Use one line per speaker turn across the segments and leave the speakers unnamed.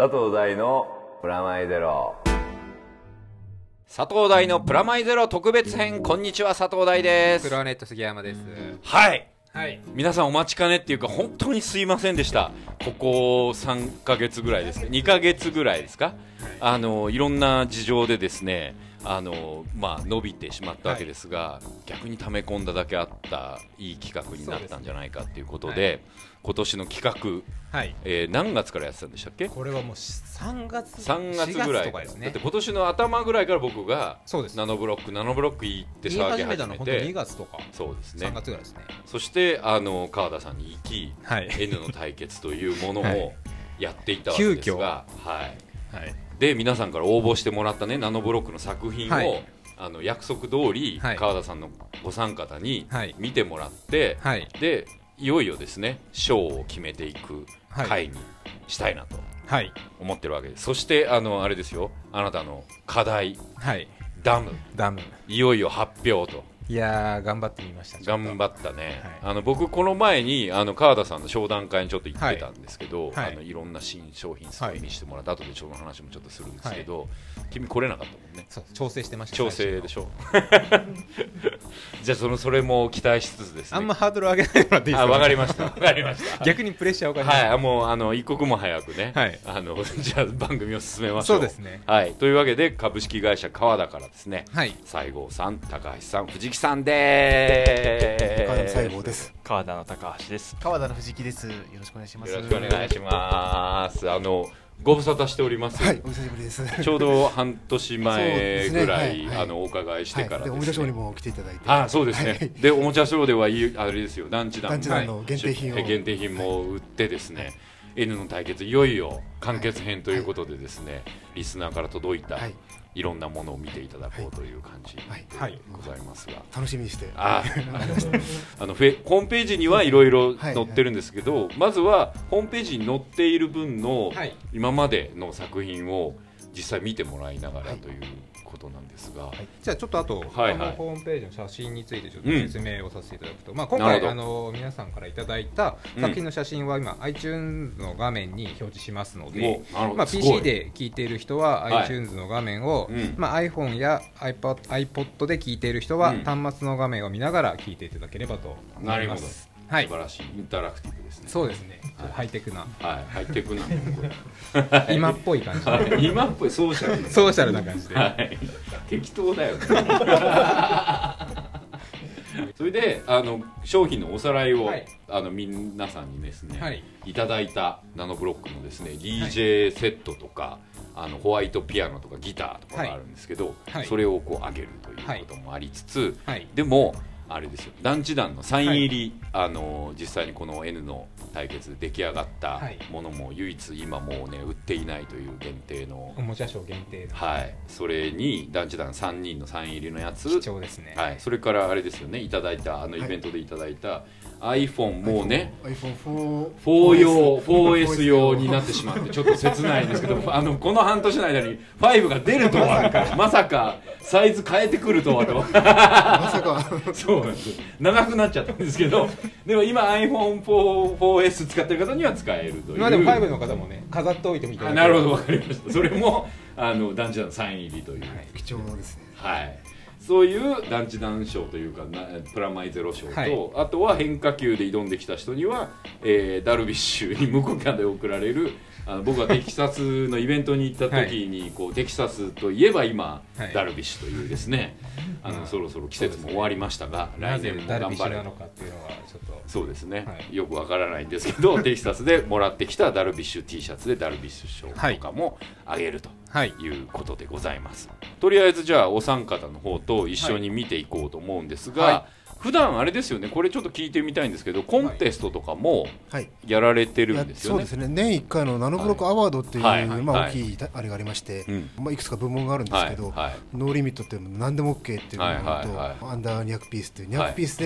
佐藤大のプラマイゼロ。
佐藤大のプラマイゼロ特別編。こんにちは、佐藤大です。
プロネット杉山です。
はい、
はい、
皆さんお待ちかねっていうか本当にすいませんでした。ここ3ヶ月ぐらいですね、2ヶ月ぐらいですか、いろんな事情でですね、伸びてしまったわけですが、逆に溜め込んだだけあったいい企画になったんじゃないかということで、今年の企画、何月からやってたんでしたっけ？
これはもう3月
ぐらい
とかですね。
だって今年の頭ぐらいから僕が
そうです
ナノブロック行って騒ぎ始めて、
言い始めたの本当2月とか
そうですね、
3月ぐらいですね。
そして川田さんに行き、N の対決というものをやっていたわけですが、で皆さんから応募してもらったねナノブロックの作品を、約束通り、川田さんのご参加方に見てもらって、でいよいよですね賞を決めていく会にしたいなと思ってるわけです。そしてあれですよ、あなたの課題、ダムいよいよ発表と。
いやー頑張ってみました。
頑張ったね、僕この前に川田さんの商談会にちょっと行ってたんですけど、いろんな新商品すごい見せてもらった、後でその話もちょっとするんですけど、君来れなかったもんね。
そう、調整してました。
調整でしょじゃあそれも期待しつつですね、
あんまハードル上げないでもらっていいですか？
わかりました
逆にプレッシャーを感じます。
もう一刻も早くね、じゃあ番組を進めましょう。
そうですね。
というわけで株式会社川田からですね、西郷さん、高橋さん、藤木さんで
川田の西郷です。
川田の高橋です。
川田の藤木です。よろしくお願いします。
よろしくお願いします。ご無沙汰しております。
はい、お久しぶりです。
ちょうど半年前ぐらい、お伺いしてからですね。
おもちゃショーにも来ていただいて。
そうですね。でおもちゃショーではあれですよ、団地団
の限定品
も売ってですね、N の対決いよいよ完結編ということでですね、リスナーから届いたいろんなものを見ていただこうという感じでございますが、
楽しみにして
ホームページにはいろいろ載ってるんですけど、まずはホームページに載っている分の今までの作品を実際見てもらいながらということなんですが、
じゃあちょっとこのホームページの写真についてちょっと説明をさせていただくと、今回皆さんからいただいた作品の写真は今 iTunes の画面に表示しますので、PC で聞いている人は iTunes の画面を、iPhone や iPod で聞いている人は端末の画面を見ながら聞いていただければと思います。
素晴らしい、インタラクティブですね。
そうですね、ハイテクな、今っぽい感じで
今っぽいソーシャル
な感じで、
適当だよねそれで商品のおさらいを、皆さんにですね、いただいたナノブロックのですね DJ セットとかホワイトピアノとかギターとかがあるんですけど、それを上げるということもありつつ、でもあれですよ、団地団のサイン入り、実際にこの N の対決で出来上がったものも唯一今もうね売っていないという限定の
おもちゃショー限定の、
それに団地団3人のサイン入りのやつ、
貴重ですね。
それからあれですよね、いただいたイベントでいただいた iPhone もうね 4S 用になってしまってちょっと切ないんですけどこの半年の間に5が出るとはまさかサイズ変えてくるとはと
まさか
そうなんです、長くなっちゃったんですけど、でも今 iPhone4S 使ってる方には使えるという。
でも5の方もね飾っておいてみたいな。
なるほど、わかりました。それも団地団のサイン入りという、
貴重ですね。
そういう団地団賞というかプラマイゼロ賞と、あとは変化球で挑んできた人には、ダルビッシュに向こうからで送られる僕がテキサスのイベントに行った時にテキサスといえば今、ダルビッシュというですね、そろそろ季節も終わりましたが、来年も頑張れと。そうですね、よくわからないんですけどテキサスでもらってきたダルビッシュ T シャツでダルビッシュ賞とかもあげるということでございます。とりあえずじゃあお三方の方と一緒に見ていこうと思うんですが、普段あれですよね、これちょっと聞いてみたいんですけど、コンテストとかもやられてるんですよね。
そうですね、年1回のナノブロックアワードっていう大きいあれがありまして、いくつか部門があるんですけど、ノーリミットっていうの何でも OK っていうのと、アンダー200ピースっていう200ピースで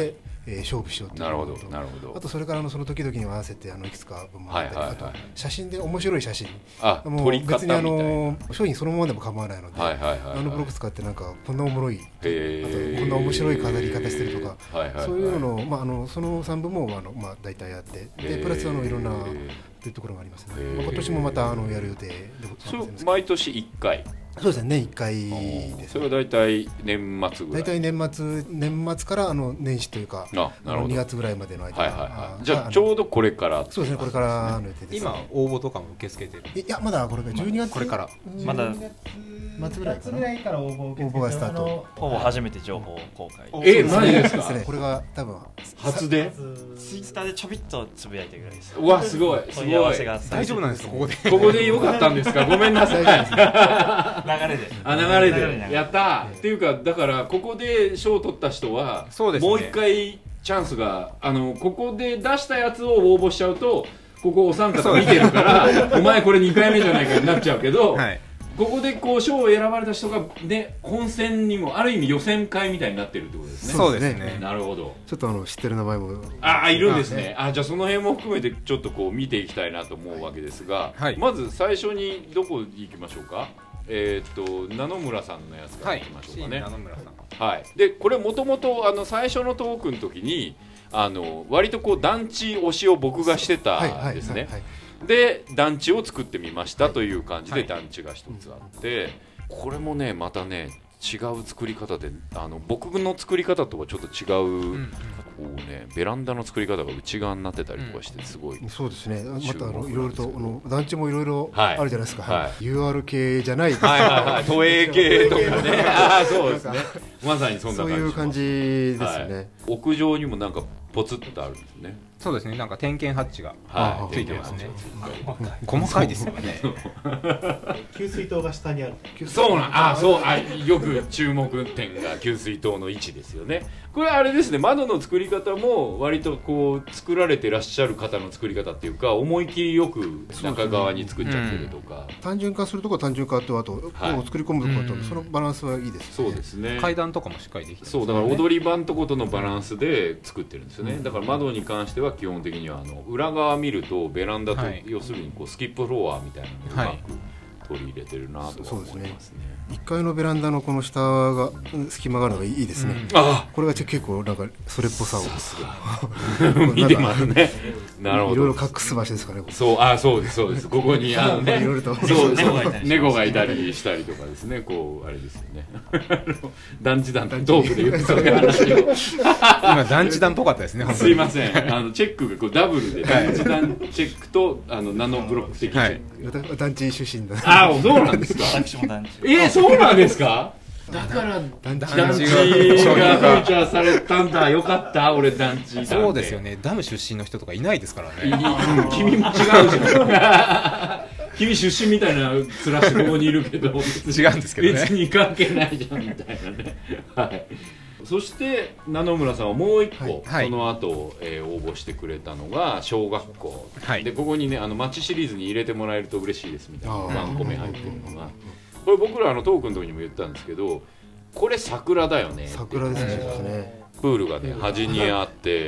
勝負しようというのと、あとそれからその時々に合わせていくつか部門があったり、あと写真で面白い写真、もう別に商品そのままでも構わないので、ナノブロック使ってなんかこんなおもろい、あとこんな面白い飾り方してるとか、そういうののその3部門は大体やって、でプラスいろんなというところがありますね。今年もまたやる予定でございます。
毎年1回。
そうですね、年1回です。
それは大体年末ぐらい。
大体年末から年始というか2月ぐらいまでの間。
じゃあちょうどこれから。
そうですね、これからの予定です。
今応募とかも受け付けてる。
いやまだこれが12月
これから
まだ
末ぐらいから
応募がスタート。ほぼ初めて情報公開。
マジですか。
これが多分
初で。
ツイッターでちょびっとつぶやいてぐらいです。
うわすごい。
問い合わせが
大丈夫なんですかここで。
ここで良かったんですか。ごめんなさい。
流れで
流れでやったっていうか、だからここで賞を取った人はもう一回チャンスがここで出したやつを応募しちゃうと、ここお三方見てるからお前これ2回目じゃないかになっちゃうけど、ここでこう賞を選ばれた人がね、本戦にもある意味予選会みたいになってるってことですね。
そうですね。
なるほど。
ちょっと知ってる名前も
いるんですね。じゃあその辺も含めてちょっとこう見ていきたいなと思うわけですが、まず最初にどこ行きましょうか。名野村さんのやつからいきましょうかね。はい。でこれもともと最初のトークの時に割とこう団地推しを僕がしてたんですね。で団地を作ってみましたという感じで団地が一つあって、これもねまたね違う作り方で僕の作り方とはちょっと違う、こうねベランダの作り方が内側になってたりとかしてすごい、
そうですね。またいろいろと団地もいろいろあるじゃないですか。UR 系じゃない
都営系とかね。そうですね。まさにそんな感じ。
そういう感じですね。
屋上にもなんかポツッとあるんですね。
そうですね。なんか点検ハッチがついてますね。細かいですよね。
給水塔が下にある。
そうよく注目点が給水塔の位置ですよね。これあれですね。窓の作り方も割とこう作られてらっしゃる方の作り方っていうか、思い切りよく中側に作っちゃってるとか。
単純化するとこは単純化と、あと作り込むところとそのバランスはいいです。
そうですね。
階段とかもしっかりできてる。
そうだから踊り場のとことのバランスで作ってるんですよね。だから窓に関しては基本的には裏側見るとベランダと、要するにこうスキップフロアみたいなのをうまく取り入れてるなとは思いますね。
1階のベランダのこの下が隙間があるのがいいですね。これが結構なんかそれっぽさを
見てますね。なるほど。
いろいろ隠す場所ですかね。
そうです。ここにいろいろと猫がいたりしたりとかですね。こうあれですよね。団地団トークで言うそういう話を。
今団地団っぽかったですね。
すいません。チェックがこうダブルで団地団チェックとナノブロック的チェック。
団地出身だ。
そうなんですか。
私も団地。
そうなんですか。だから団地がフューチャーされたんだ。よかった。俺団地。
そうですよね。ダム出身の人とかいないですからね。
君も違うじゃん。君出身みたいな面してここにいるけど
違うんですけどね。
別に関係ないじゃんみたいなね。はい。そして名野村さんはもう一個、その後、応募してくれたのが小学校、でここにね街シリーズに入れてもらえると嬉しいですみたいなワンコメ入ってるのが、これ僕らトークの時にも言ったんですけど、これ桜だよね。
桜ですね。
プールがね端にあって、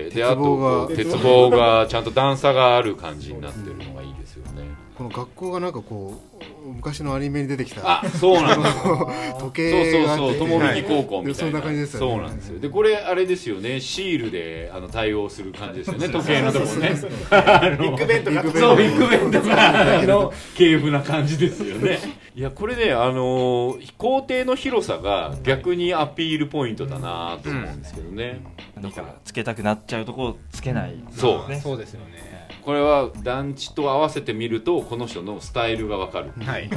であと鉄棒がちゃんと段差がある感じになってるのがいいですよね。
この学校がなんかこう昔のアニメに出てきた
そうなんです
時計が
そう友引高校みたいな、
そんな感じですよね。
そうなんですよ。でこれあれですよね、シールで対応する感じですよね。時計のとこね。ビッグベンとかそうビッグベンとかの系譜な感じですよね。いやこれね校庭の広さが逆にアピールポイントだなと思うんですけどね。
だからつけたくなっちゃうとこをつけない。
そう
ですよね。
これは団地と合わせてみるとこの人のスタイルが分かる。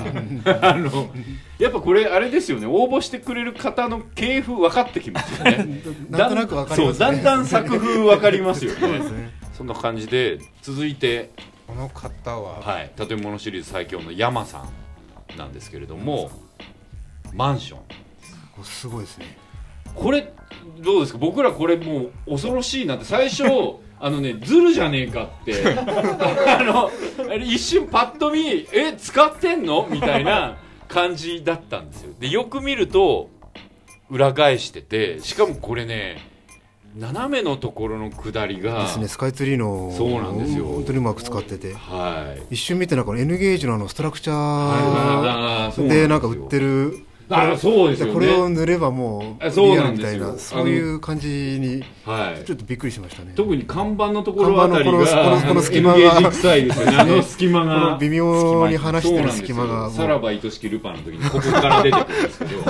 やっぱこれあれですよね、応募してくれる方の系譜分かってきますよね。
なんとなく分かりますね。
だんだん作風分かりますよね。そんな感じで続いて
この方は、
建物シリーズ最強の山さんなんですけれども、マンション
すごいですね。
これどうですか。僕らこれもう恐ろしいなって最初ずるじゃねえかって一瞬パッと見使ってんのみたいな感じだったんですよ。でよく見ると裏返してて、しかもこれね斜めのところの下りが
ですね、スカイツリーの
そうなんですよ、
本当にうまく使ってて、
はい、
一瞬見てなんか N ゲージのストラクチャーでなんか売ってる、
そうですよね、
これを塗ればもう
そうなんですよ、
みたいな、そういう感じにちょっとびっくりしましたね。
特に看板のところあたりが
この隙間が
N ゲージ臭いですよね。あの隙間が
微妙に離してる隙間が、
さらば愛しきルパンの時にここから出てくるんですけど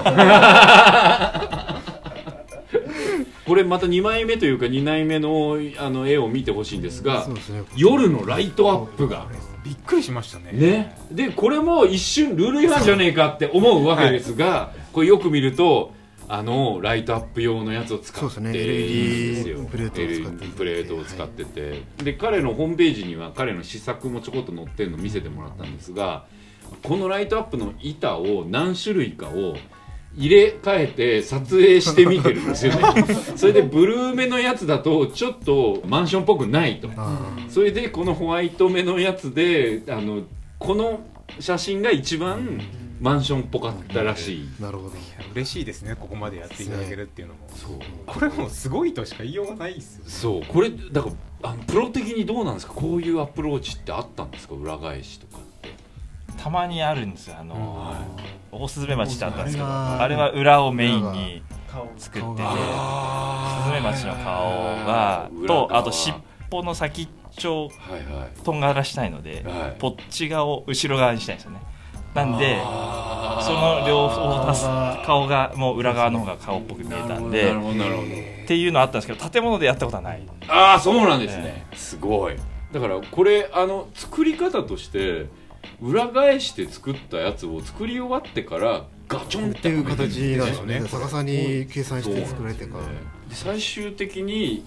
これまた2枚目というか2枚目の絵を見てほしいんですが、夜のライトアップが
びっくりしましたね。
でこれも一瞬ルール違反じゃねえかって思うわけですが、これよく見るとライトアップ用のやつを使って、
LED プレ
ートを使ってて、で彼のホームページには彼の試作もちょこっと載ってるのを見せてもらったんですが、このライトアップの板を何種類かを入れ替えて撮影してみてるんですよねそれでブルー目のやつだとちょっとマンションっぽくないと、それでこのホワイト目のやつでこの写真が一番マンションっぽかったらしい。
なるほど、
嬉しいですね、ここまでやっていただけるっていうのも。そうこれもすごいとしか言いようがないですよね。
そうこれだからプロ的にどうなんですか、こういうアプローチってあったんですか、裏返しとかって。
たまにあるんですよ。大スズメバチってあったんですけど、あれは裏をメインに作ってて、スズメバチの顔がと、あと尻尾の先っちょをとんがらしたいので、こっち側を後ろ側にしたいんですよね。なんでその両方足す顔がもう裏側の方が顔っぽく見えたんで、っていうのあったんですけど、建物でやったことはない。
ああ、そうなんですね、すごい。だからこれ作り方として裏返して作ったやつを作り終わってからガチョンっていう形
なんですよね。逆さに計算して作られてから、
最終的に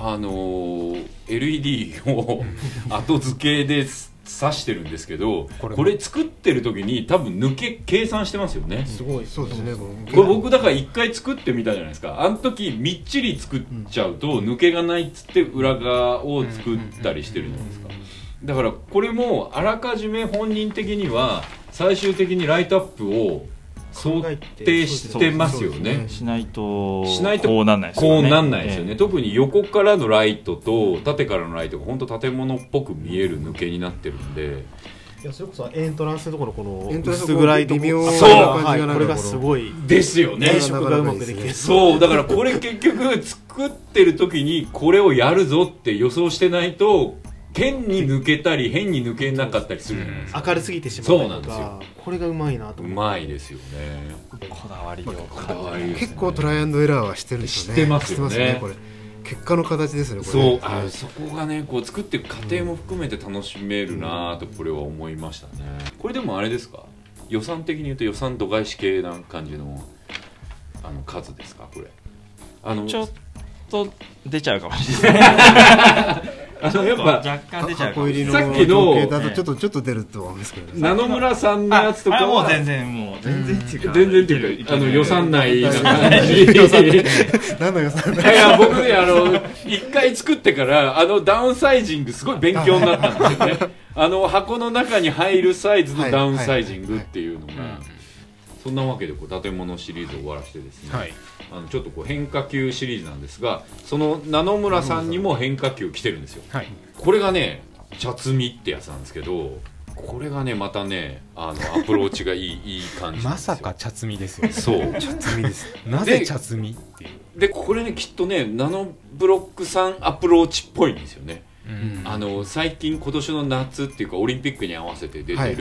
LED を後付けで刺してるんですけど、これ作ってる時に多分計算してますよね。
すごい。そうですね。
これ僕だから一回作ってみたじゃないですか。あの時みっちり作っちゃうと抜けがないっつって裏側を作ったりしてるじゃないですか。だからこれもあらかじめ本人的には最終的にライトアップを想定してますよね。
しないとこうなんないですよね。
こうなんないですよね。特に横からのライトと縦からのライトが本当建物っぽく見える抜けになってるんで、
いやそれこそエントランスのところこの
薄暗い微妙な
感じがこれがすごい
ですよね。
変色がうまくできて、
そうだからこれ結局作ってる時にこれをやるぞって予想してないと変に抜けたり変に抜けなかったりするじゃないですか。
明るすぎてしまう。
そうなんですよ。
これがうまいなと思って。
うまいですよね。
こだわりを
結構トライアンドエラーはしてるんですよね。
してますよね。
これ結果の形ですね。こ
れそうそこがねこう作っていく過程も含めて楽しめるなとこれは思いましたね。これでもあれですか、予算的に言うと予算度外視系な感じの数ですかこれ。
ちょっと出ちゃうかもしれない
やっぱ
若干出ちゃうかもしれない。
さっきの
だとちょっと出ると思うんですけど、
名野村さんのやつとかは
もう全然
っていうか予算内な感じ。
何の予算内？
いや僕ね一回作ってからダウンサイジングすごい勉強になったんですよね。箱の中に入るサイズのダウンサイジングっていうのが、そんなわけで建物シリーズを終わらせてですね、ちょっと変化球シリーズなんですが、その名野村さんにも変化球来てるんですよ。これがね茶摘みってやつなんですけど、これがねまたねアプローチがいい感じなんですよ。
まさか茶摘みですよね。
そう
茶摘みです。
なぜ茶摘みっていう。
でこれねきっとねナノブロックさんアプローチっぽいんですよね。最近今年の夏っていうかオリンピックに合わせて出てるスポ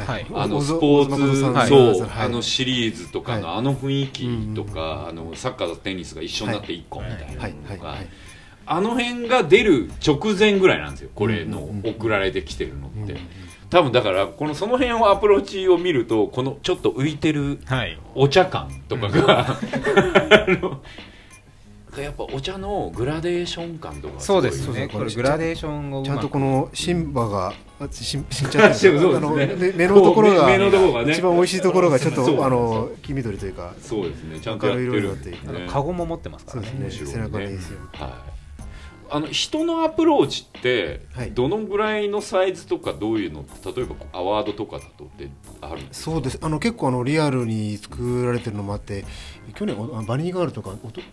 ーツシリーズとかの雰囲気とかサッカーとテニスが一緒になって1個みたいなのが辺が出る直前ぐらいなんですよ。これの送られてきてるのって多分だからその辺をアプローチを見るとこのちょっと浮いてるお茶感とかがやっぱお茶のグラデーション感とか
そうですね。これグラデーションを
ちゃんとこの芯葉が死んじゃってる目のところが一番美味しいところがちょっと黄緑というか、
そうですね、ちゃんとやってる。
カゴも持ってますからね。
そうですね、背中にですよ。
人のアプローチってどのぐらいのサイズとかどういうの、例えばアワードとかだとってあるんですか？
そうです。結構リアルに作られてるのもあって、去年バニーガールとか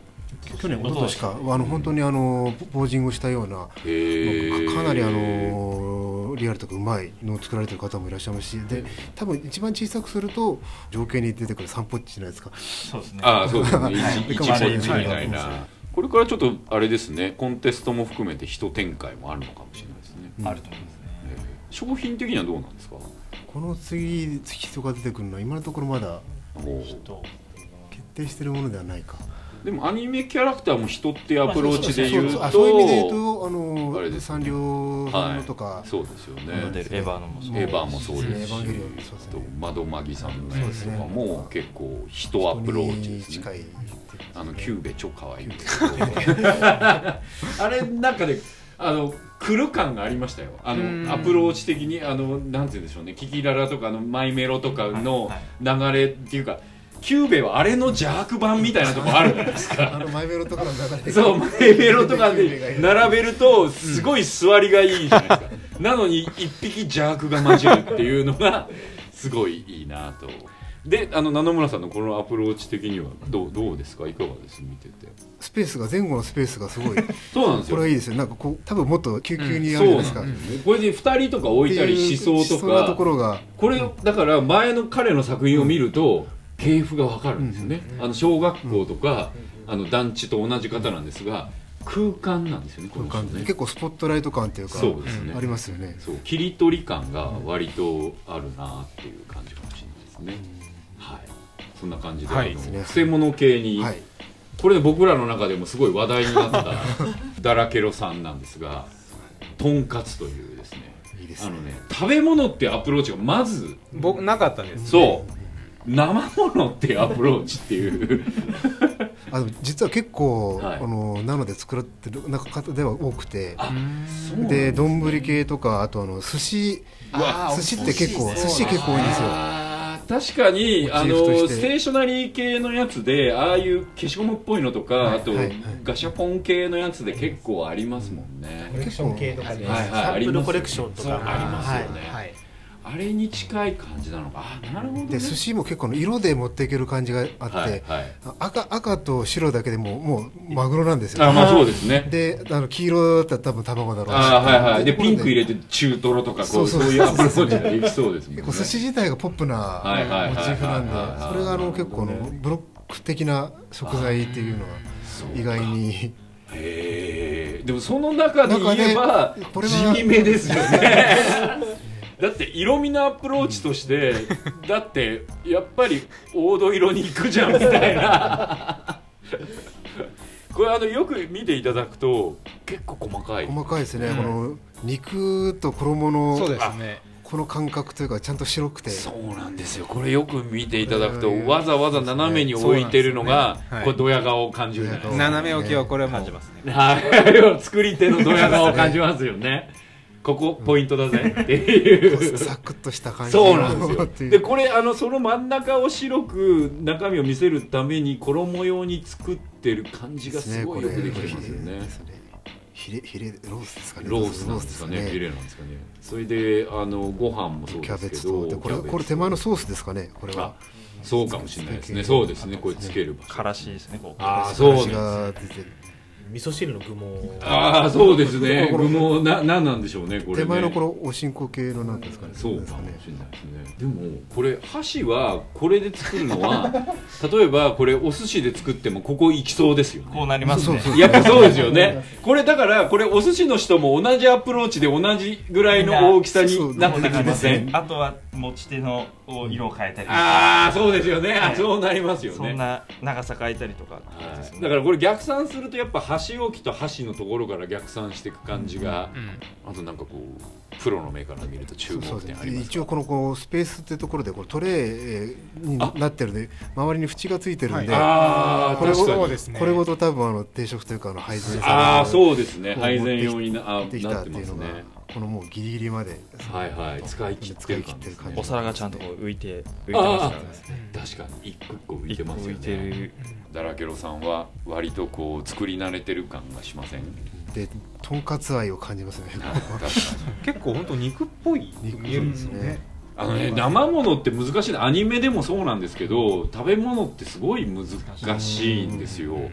去年、一昨年か本当にポージングしたようなかなりリアルとかうまいのを作られてる方もいらっしゃいますし、で多分一番小さくすると情景に出てくるサンポッチのやつか。
そうですね。
そうですね。一ポッチみたいな。これからちょっとあれですね、コンテストも含めて一展開もあるのかもしれないですね。
あると思いますね。
商品的にはどうなんですか？
この次人が出てくるのは今のところまだ決定してるものではないか。
でもアニメキャラクターも人っていうアプローチで言うと、
そういう意味で言うとサンリオさんのとか、
そうですよね。
エヴァもそうですし、窓マギさんのやつとかも結構人アプローチですね。キューベ超可愛いんですけどあれなんかね来る感がありましたよ。アプローチ的になんて言うんでしょうね、キキララとかマイメロとかの流れっていうか、キューベはあれの邪悪版みたいなところあるじゃないですか。
マイメロとかの流れ、
そう、マイメロとかで並べるとすごい座りがいいじゃないですか。なのに一匹邪悪が混じるっていうのがすごいいいなと。で、野々村さんのこのアプローチ的にはどうですか？いかがです？見てて。
スペースが前後のスペースがすごい
そうなんですよ。
これはいいですよ。なんか多分もっと急にやるじゃないですか。
これで2人とか置いたりしそうとか、
ところが
これだから前の彼の作品を見ると系譜がわかるんですよね。小学校とか団地と同じ方なんですが、空間なんですよね。
空間結構スポットライト感っていうか、
そうですね、
ありますよね。
そう、切り取り感が割とあるなっていう感じかもしれないですね。はい、そんな感じで、くせ者系に、これ僕らの中でもすごい話題になったダラケロさんなんですが、とんかつというですね、食べ物ってアプローチがまず
僕なかったんです。
そう生物っていうアプローチっていう
実は結構、なので作られてる方では多くて、で丼系とか、あと寿司って結構寿司結構多いんですよ。
確かにステーショナリー系のやつでああいう消しゴムっぽいのとか、あとガシャポン系のやつで結構ありますもんね。
コレクション系とかでサンプルコレクションとか
ありますよね。あれに近い感じなのか。なるほどね。
で寿司も結構色で持っていける感じがあって、赤と白だけでもうマグロなんですよ。
まあそうですね。
で黄色だったら多分卵だろうし、
でピンク入れて中トロとかそういうアプローチができそうですもんね。
結構寿司自体がポップなモチーフなんで、それが結構ブロック的な食材っていうのは意外に。
でもその中で言えば地味めですよね。だって色味のアプローチとしてだってやっぱり黄土色に行くじゃんみたいなこれよく見ていただくと結構細かい
ですね。この肉と衣の
そうですね、
この感覚というかちゃんと白くて、
そうなんですよ。これよく見ていただくとわざわざ斜めに置いてるのがこれドヤ顔を感じるじゃないですか。
斜め置きはこれ感じますね。
作り手のドヤ顔を感じますよね。ここポイントだぜっていう
サクッとした感じ。
そうなんですよ。でこれその真ん中を白く中身を見せるために衣用に作ってる感じがすごいよくできてますよね。
ヒレロースですかね。
ロースなんですかね。ヒレなんですかね。それでご飯もそうですけど、
これ手前のソースですかね。これは
そうかもしれないですね。そうですね。これつける場所。
からしですね。
そうです。
味噌汁の具も
そうですね。具も何なんでしょうね。これ
手前のこのおしんこ系のなんですかね。
そうかもしれないですね。でもこれ箸はこれで作るのは例えばこれお寿司で作ってもここ行きそうですよね。
こうなりますね。
やっぱそうですよね。これだからこれお寿司の人も同じアプローチで同じぐらいの大きさになってきません？
あとは持ち手の色を変えたりとか。
そうですよね。そうなりますよね。
そんな長さ変えたりとか。
だからこれ逆算するとやっぱ箸置きと箸のところから逆算していく感じが、あとなんかこうプロの目から見ると注目点あります。
一応このスペースってところでこれトレーになってるんで周りに縁がついてるんで、これごと多分定食というか配膳されて、
そうですね。配膳用になってますね。
このもうギリギリまで
使い切ってる感じ。
お皿がちゃんと浮いてますからね。
確かに一個浮いてますよね。ダラケロさんは割とこう作り慣れてる感がしません？
でとんかつ愛を感じますね。
結構本当肉っぽい見えるんですよね。
生ものって難しい。アニメでもそうなんですけど食べ物ってすごい難しいんですよ。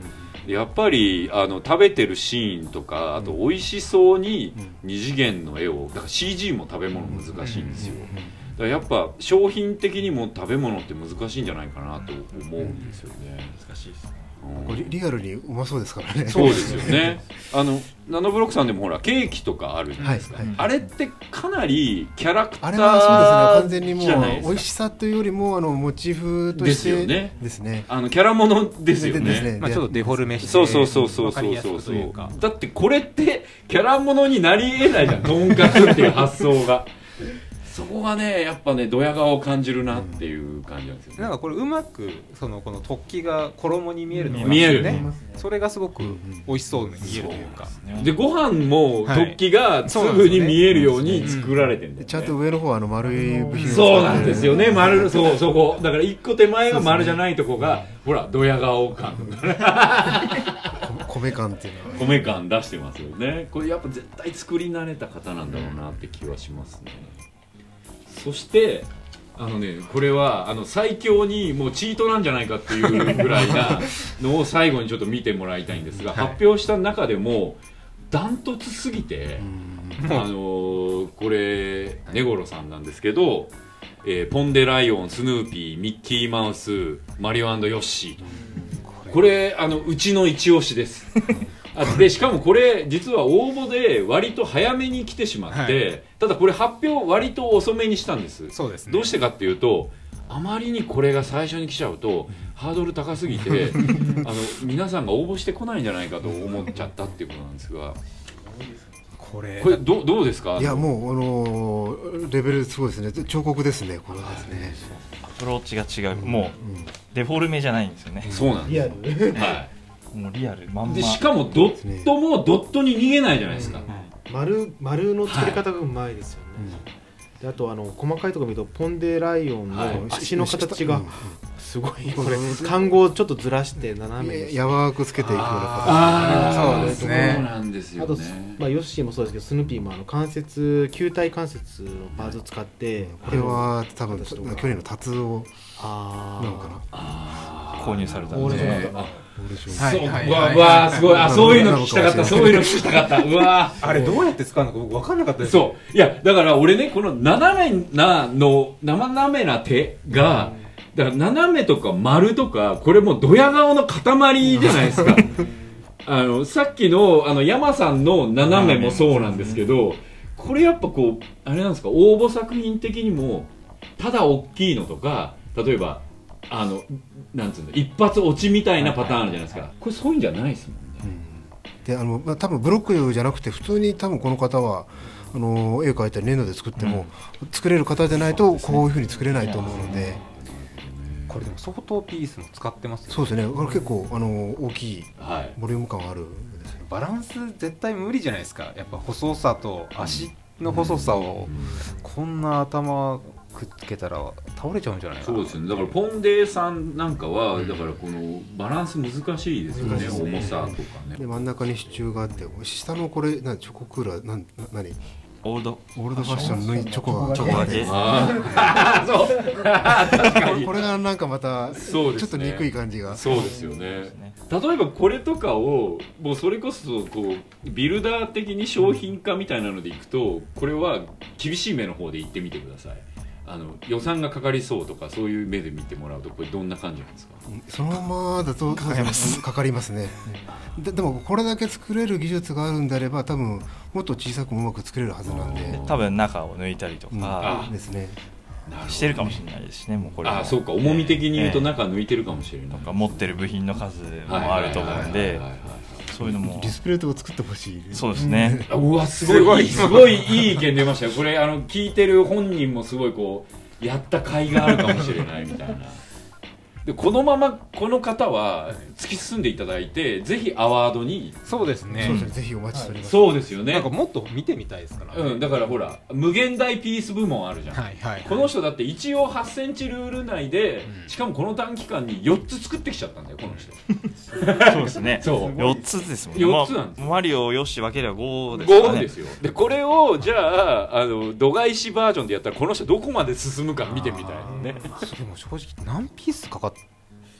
やっぱり食べてるシーンとかあと美味しそうに二次元の絵をだから CG も食べ物難しいんですよ。だからやっぱ商品的にも食べ物って難しいんじゃないかなと思うんですよね。
難しいですね。
リアルにうまそうですからね。
そうですよね。ナノブロックさんでもほらケーキとかあるじゃないですか、あれってかなりキャラクター、
あれはそうですね、完全にもう美味しさというよりもモチーフとしてですね、
キャラものですよね。
ちょっとデフォルメして
そうだってこれってキャラものになり得ないじゃんとんかつっていう発想がそこがねやっぱねドヤ顔を感じるなっていう感じなんですよね。
なんかこれうまくこの突起が衣に見えるのが見えるね。それがすごく美味しそうに見えるというか。
でご飯も突起がすぐに見えるように作られてるんだよね。
ちゃんと上の方は丸い部品を
そうなんですよね。丸そこだから一個手前が丸じゃないとこがほらドヤ顔感
米感っていうのは
米感出してますよね。これやっぱ絶対作り慣れた方なんだろうなって気はしますね。そしてこれは最強にもうチートなんじゃないかっていうぐらいなのを最後にちょっと見てもらいたいんですが、発表した中でもダントツすぎてこれ根頃さんなんですけど、ポンデライオン、スヌーピー、ミッキーマウス、マリオ&ヨッシー、これうちの一押しですでしかもこれ実は応募で割と早めに来てしまって、ただこれ発表割と遅めにしたんです。
そうですね。
どうしてかっていうとあまりにこれが最初に来ちゃうとハードル高すぎて皆さんが応募してこないんじゃないかと思っちゃったっていうことなんですが、これどうですか。
いやもうレベルすごいですね。彫刻ですねこれですね。
アプローチが違う、もうデフォルメじゃないんですよね。
そうなんです。
リアル
はい
もうリアルまんま
でしかもドットもドットに逃げないじゃないですか、
丸の作り方がうまいですよね、であと細かいところ見るとポンデライオンの足の形がすごい、これ単語をちょっとずらして斜めに
やわくつけていくような
形。
そうですね。
そうなんですよね。
あとヨッシーもそうですけどスヌーピーも球体関節のパーツを使って
これは多分去年のタツオなのかな
購入されたんですね。
うわすごい、そういうの聞きたかった、そういうの聞きたかった。うわ
あれどうやって使うのか僕分かんなかったです。
そういやだから俺ねこの斜めな手がだから斜めとか丸とかこれもうドヤ顔の塊じゃないですかさっきの山さんの斜めもそうなんですけど、これやっぱこうあれなんですか、応募作品的にもただ大きいのとか例えばなんつうの一発落ちみたいなパターンあるじゃないですか。これそういうんじゃないですもんね。
で多分ブロックじゃなくて普通に多分この方は絵を描いたり粘土で作っても、作れる方でないとこういうふうに作れないと思うので、
これでも相当ピースも使ってますよね。
そうですね。これ結構大きいボリューム感あるですね。
バランス絶対無理じゃないですか。やっぱ細さと足の細さをこんな頭くっつけたら倒れちゃうんじゃないかな。
そうですね。だからポンデさんなんかはだからこのバランス難しいですよね。重さとかね。
で真ん中に支柱があって下のこれチョコクーラー何
オールド
ファッションのチョコがね。
そう確かに
これがなんかまたちょっと憎い感じが。
そうですよね。例えばこれとかをもうそれこそこうビルダー的に商品化みたいなのでいくとこれは厳しい目の方で言ってみてください。予算がかかりそうとかそういう目で見てもらうとこれどんな感じなんですか。
そのままだとかかりますね。でもこれだけ作れる技術があるんであれば多分もっと小さくもうまく作れるはずなんで、
多分中を抜いたりとか
ですね
してるかもしれないですしね。もうこれ
そうか、重み的に言うと中抜いてるかもしれない、
とか持ってる部品の数もあると思うんで、そういうのも
ディスプレイとか作ってほしい。
そうですね。
うわすごいいい意見出ましたよ。これ聞いてる本人もすごいこうやった甲斐があるかもしれないみたいな。でこのままこの方は突き進んでいただいてぜひアワードに。
そうですね。
ぜひお待ちしております。
そうですよね。
なんかもっと見てみたいですから、
だからほら無限大ピース部門あるじゃん、この人だって一応8センチルール内で、しかもこの短期間に4つ作ってきちゃったんだよこの人。
そうですね。そう4つですもんね。
4つなんです。
マリオよし分ければ5ですからね。
5ですよ。でこれをじゃあ度外視バージョンでやったらこの人どこまで進むか見てみたいね。
でも正直何ピースかかって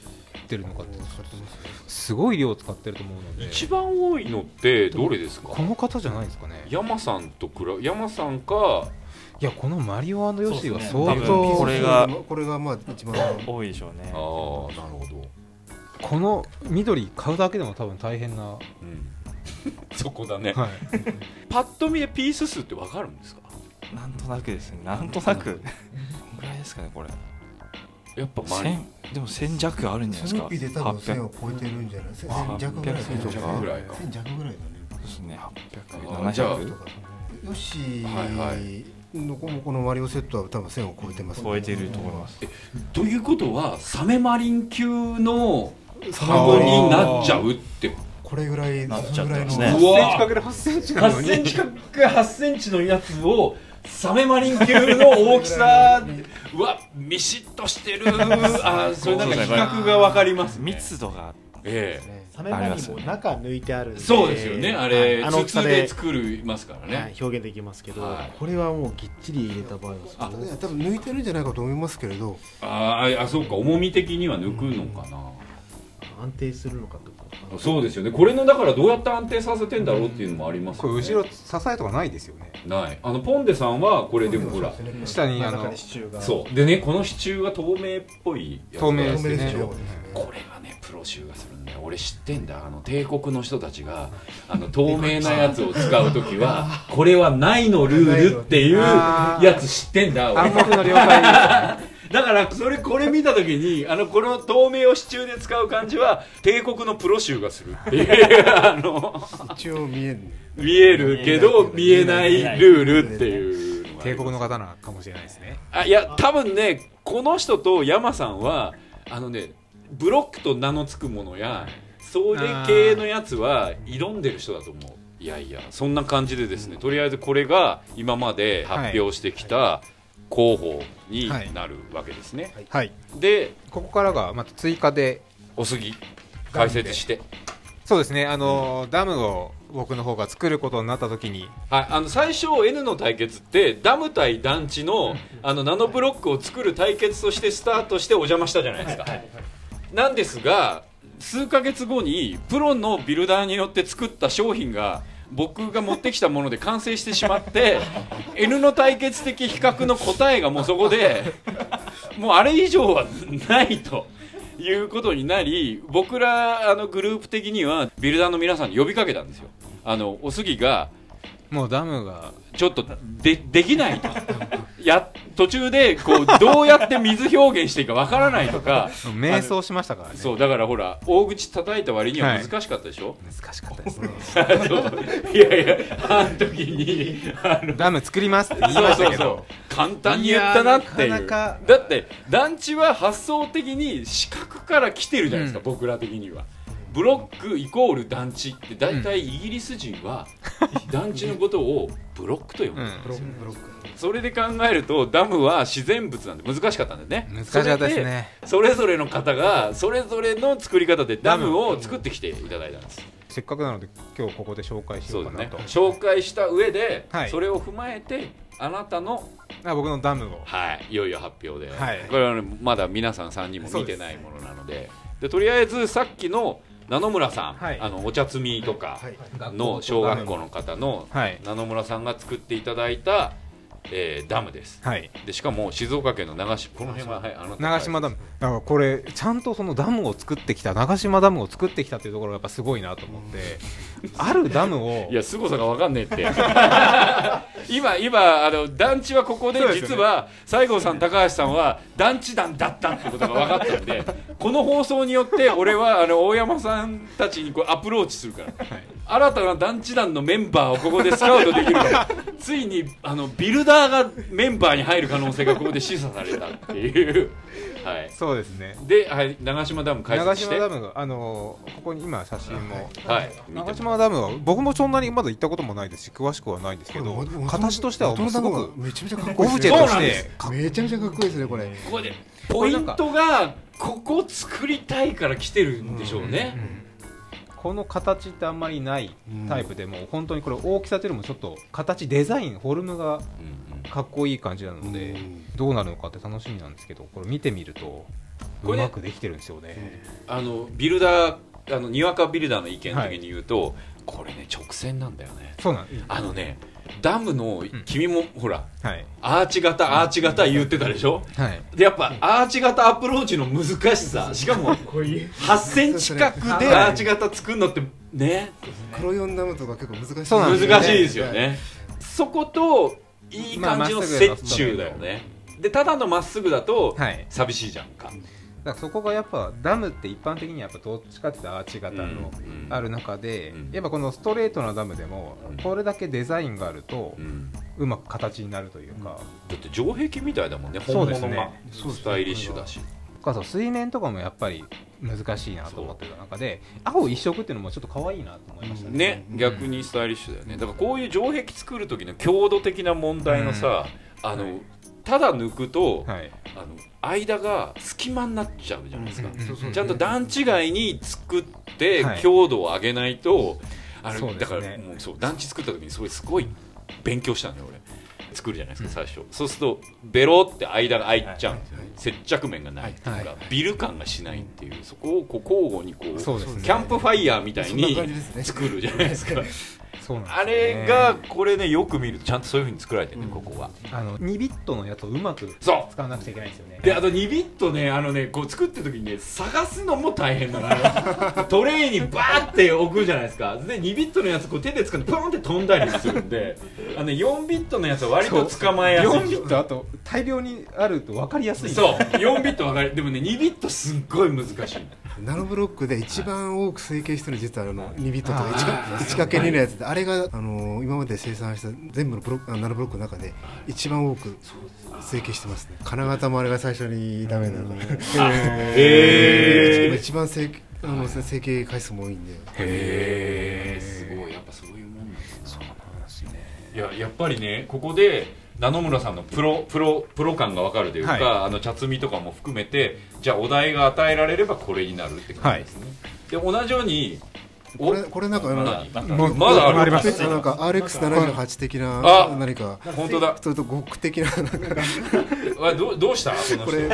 ってるのかってすごい量使ってると思うので。
一番多いのってどれですか？
この方じゃないですかね。
山さんか。
いや、このマリオ&ヨッシーは相当、
これ
がまあ一番
多いでしょうね。
ああ、なるほど。
この緑買うだけでも多分大変な、
そこだね、
はい、
パッと見でピース数って分かるんですか？
なんとなくですね。なんとなくどのぐらいですかねこれ。
やっぱ
でも1000弱あるんじゃないですか。
スヌーピーで多分1000を超えてるんじゃない？1000弱ぐらいだね。
1000ぐらいか。
1000弱ぐらいだね。
そうですね。
800、700
ヨッシーのこのマリオセットは多分1000を超えてますね。
超えてると思います。
ということはサメマリン級の卵になっちゃうって。
これぐらい
なっちゃってます
ね。
ね。
8 センチ ×8 センチなのに、
8センチ ×8 センチのやつをサメマリン級の大きさうわ、ミシッとしてる。あ、それなんか比較が分かりますね。
密度が
サメマリンも中抜いてあるんで、
そうですよね。あれ
あの大きさで
作りますからね、
表現できますけど、これはもうぎっちり入れた場合は
多分抜いてるんじゃないかと思いますけれど。
そうか、重み的には抜くのかな。
安定するのかとか。
そうですよね。これのだからどうやって安定させてんだろうっていうのもありますよね。
これ後ろ支えとかないですよね。
ない。ポンデさんはこれでもほら
下に
そうでね、この支柱が透明っぽいやつ。
透明ですね。
これがねプロ臭がするんだよ。俺知ってんだ。帝国の人たちが透明なやつを使うときはこれはないのルールっていうやつ知ってんだ。
暗黙の了解
だからこれ見たときにこの透明を支柱で使う感じは帝国のプロ臭がするっていう
一応見
えるけど見えないルールっていうのが
帝国の方なのかもしれないですね。
いや多分ね、この人と山さんはブロックと名の付くものやそれ系のやつは挑んでる人だと思う。いやそんな感じでですね、とりあえずこれが今まで発表してきた候補になるわけですね。
はい。
で
ここからがまた追加で
お杉解説して。
そうですね。ダムを僕の方が作ることになった時に、
最初 N の対決ってダム対団地のナノブロックを作る対決としてスタートしてお邪魔したじゃないですか。なんですが数ヶ月後にプロのビルダーによって作った商品が僕が持ってきたもので完成してしまってN の対決的比較の答えがもうそこでもうあれ以上はないということになり、僕らグループ的にはビルダーの皆さんに呼びかけたんですよ。お杉が
もうダムが
ちょっと できないと途中でどうやって水表現していいかわからないとか
迷走しましたからね。
そうだからほら大口叩いた割には難しかったでしょ、
難しかったですね
いやあの時に
ダム作りますって言いましたけど
簡単に言ったなっていう。
なか
だって団地は発想的に四角から来てるじゃないですか、僕ら的には。ブロックイコール団地って大体イギリス人は団地のことをブロックと呼ぶんですよ、それで考えるとダムは自然物なんで難しかったんでね。
難しかったですね。
それぞれの方がそれぞれの作り方でダムを作ってきていただいたんです。
せっかくなので今日ここで紹介しようかなと。
紹介した上で、それを踏まえてあなたの
僕のダムを、
いよいよ発表で、これは、まだ皆さん3人も見てないものなので、とりあえずさっきの野々村さん、お茶摘みとかの小学校の方の野々村さんが作っていただいた、ダムです、でしかも静岡県の長島、この辺は、
長島ダム。だからこれちゃんとそのダムを作ってきた、長島ダムを作ってきたというところがやっぱすごいなと思って、あるダムを
いや凄さが分かんねえって今団地はここで実は西郷さん高橋さんは団地団だったってことが分かったんでこの放送によって俺は大山さんたちにアプローチするから、新たな団地団のメンバーをここでスカウトできるからついにビルダーがメンバーに入る可能性がここで示唆されたっていう
そうですね。
で、長島ダム解説して。
長島ダムがここに今写真も、長島ダムは僕もそんなにまだ行ったこともないですし詳しくはないんですけど、形としてはすごく
めちゃめちゃかっこいい
オブジェとして
めちゃめちゃかっこいいですね。これ
ここでポイントがここ作りたいから来てるんでしょうね。
この形ってあんまりないタイプでも、本当にこれ大きさというよりもちょっと形、デザイン、フォルムがかっこいい感じなので、どうなるのかって楽しみなんですけど、これ見てみるとうまくできてるんですよね。
ビルダーにわかビルダーの意見的に言うと、これね直線なんだよね。
そうなん
ダムの君もほら、アーチ型言ってたでしょ、でやっぱアーチ型アプローチの難しさ、しかも8センチ角でアーチ型作るのってね、
黒4ダムとか結構難しいです
よね。難しいですよね。そこといい感じの折衷だよね。でただのまっすぐだと寂しいじゃんか。
だからそこがやっぱダムって一般的にやっぱどっちかっていうとアーチ型のある中で、やっぱこのストレートなダムでもこれだけデザインがあるとうまく形になるというか、
だって城壁みたいだもんね、本物がスタイリッシュだし。
水面とかもやっぱり難しいなと思ってた中で青一色っていうのもちょっと可愛いなと思いましたね。
逆にスタイリッシュだよね。だからこういう城壁作る時の強度的な問題のさ、ただ抜くと、間が隙間になっちゃうじゃないですか。ちゃんと段違いに作って強度を上げないと、だからもう団地作った時にそれすごい勉強したのよ俺。作るじゃないですか最初。そうするとベロって間が開いちゃうんですよね。接着面がないっていうか、ビル感がしないっていう、そこを交互にキャンプファイヤーみたいに作るじゃないですか。あれがこれね、よく見るとちゃんとそういう風に作られてるね、ここは。
2ビットのやつをうまく使わなくちゃいけないんですよね。
で2ビットね、こう作ってる時にね、探すのも大変なの。トレイにバーって置くじゃないですか。で2ビットのやつこう手で掴んでポンって飛んだりするんで、4ビットのやつは割と捕まえやすい。
4ビットあと大量にあると分かりやすい。
そう4ビット分かり、でもね2ビットすっごい難しい。
ナノブロックで一番多く成形してるの実は2ビットとか 1×2 のやつで、あれが今まで生産した全部のナノブロックの中で一番多く成形してますね。金型もあれが最初にダメなので一番成形回数も多いんで。
すごい、やっぱそういうもんなんですね。そうなんですね。やっぱりね、ここで野々村さんのプロ感が分かるというか、茶摘みとかも含めて、じゃあお題が与えられればこれになるって感じですね。で同じように
これなんか
まだあります。
なんか RX78 的な何か、
本当だ。
それとゴック的な
どうした
これ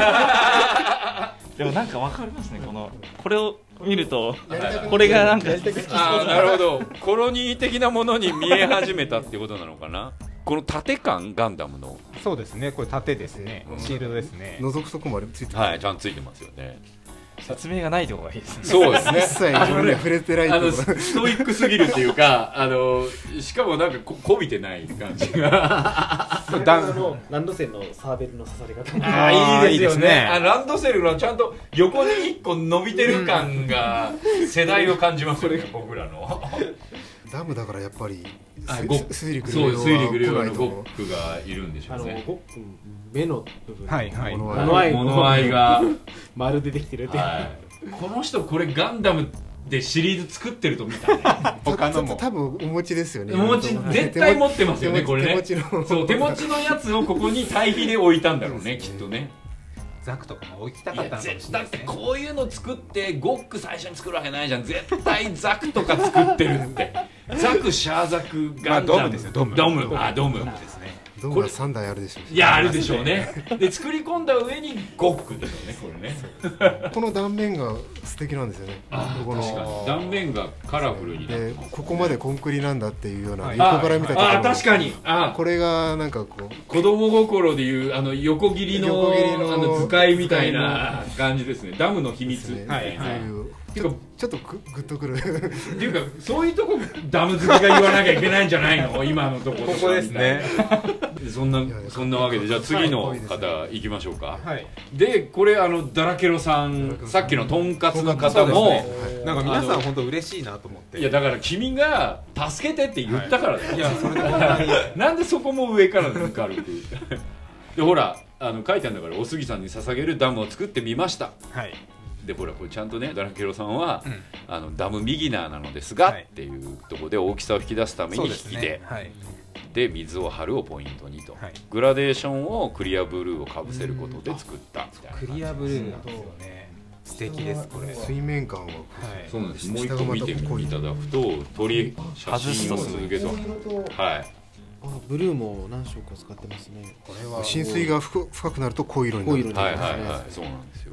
でもなんかわかりますね。これを見るとこれがなんか
なるほど、コロニー的なものに見え始めたっていうことなのかな。この縦感、ガンダムの。
そうですね、これ縦ですね、シールドですね。
覗くとこもあれついてます。
ちゃんとついてますよね。
説明がないところがいいですね。
そうですね。
一切触れてないところ。
ストイックすぎるっていうか、しかもなんかこびてない感じが。
ランドセルのサーベルの刺され方も
いいですよね。ランドセルのちゃんと横に1個伸びてる感が世代を感じますよね、僕らの。
ダムだからやっぱり
水陸両用のゴックがいるんでしょうね。
ゴック目の部分、
物合いが
丸でできてるって、
この人これガンダムでシリーズ作ってると見たね。
他のも多分お持ちですよね。
絶対持ってますよね、これね。手持ちのやつをここに対比で置いたんだろうね、きっとね。
ザクとかも置きたかったんです
だってこういうの作ってゴック最初に作るわけないじゃん。絶対ザクとか作ってるって。ザク、シャーザク、ガンダム、
ドムですよ。ドム
ですね。
ドムが3台あるでしょう。
いや、あるでしょうね。で作り込んだ上にゴックでしょうね、これね。
この断面が素敵なんですよね。
確かに断面がカラフルになって、
ここまでコンクリなんだっていうような、横から見た
時に確かに
これがなんかこう
子供心でいう横切りの図解みたいな感じですね。ダムの秘密みたいな。
ちょっとグッとくる
っていうか、そういうとこダム好きが言わなきゃいけないんじゃないの、今のところ。
ここですね。
そんなわけで、じゃあ次の方行きましょうか。でこれダラケロさん、さっきのとんかつの方も
なんか皆さん本当嬉しいなと思って。
いやだから君が助けてって言ったからだよ。いやそれでなんでそこも上から抜かるっていう。でほら書いてあるんだから、お杉さんに捧げるダムを作ってみました。でほらこれちゃんとね、ダラケロさんは、ダムビギナーなのですが、っていうところで大きさを引き出すために引きで、で水を張るをポイントにと、グラデーションをクリアブルーをかぶせることで作ったみたいな。
クリアブルーなんですよね。素敵ですこれ。
水面感は
そうなんです。もう一個見ていただくと、写真を続けと、
ブルーも何色か使ってますね。
これは浸水が深くなると濃い色になる。
そうなんですよ。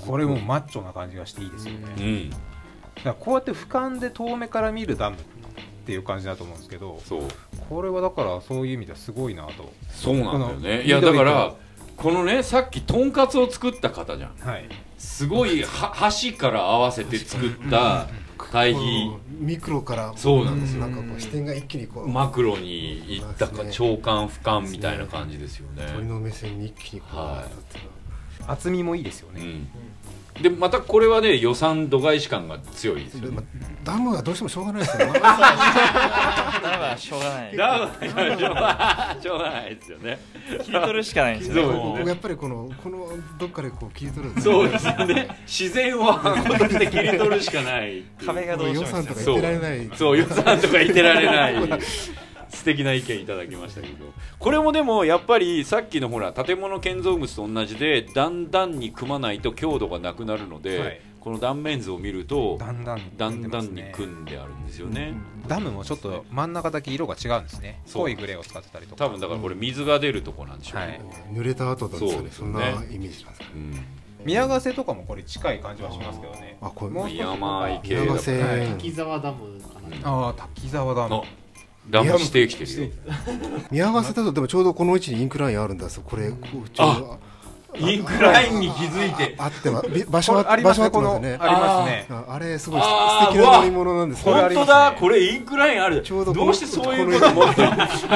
これもマッチョな感じがしていいですよね。だからこうやって俯瞰で遠目から見るダムっていう感じだと思うんですけど、これはだからそういう意味ではすごいなと。
そうなんだよね。いやだからこのね、さっきとんかつを作った方じゃん、すごい端から合わせて作った対比、
ミクロから
そうなんですよ、
なんかこう視点が一気にこう
マクロにいったか、長官俯瞰みたいな感じですよね。
鳥の目線に一気にこ
う、厚みもいいですよね。
でまたこれはね、予算度外視感が強いですよね。
ダムはどうしてもしょうがないですよね。
ダムはしょうがない。
ダムはしょうがないですよね。
切り取るしかないんですよ。
やっぱりこのどっかでこう切り取る。
そうですよね。自然を反応して切り取るしかない。
壁がどうしても
予算とか言ってられない。
そう、予算とか言ってられない。素敵な意見いただきましたけど、これもでもやっぱりさっきのほら建物建造物と同じで、段々に組まないと強度がなくなるので、この断面図を見るとだんだんに組んであるんですよね。
ダムもちょっと真ん中だけ色が違うんですね。濃いグレーを使ってたりとか、
多分だからこれ水が出るとこなんでしょうね。
濡れた後だとそんなイメージなんですか。
宮ヶ瀬とかもこれ近い感じはしますけどね。
山池だ
滝沢ダムか
な。あ、滝沢ダム。
ダムしてきてるよ。
宮ヶ瀬だとでもちょうどこの位置にインクラインあるんだ。これ
インクラインに気づいて
あって場所ありますね。
ありますね。
あれすごい素敵な乗り物なんです。
本当だ、これインクラインある。どうしてそういうこと持ってる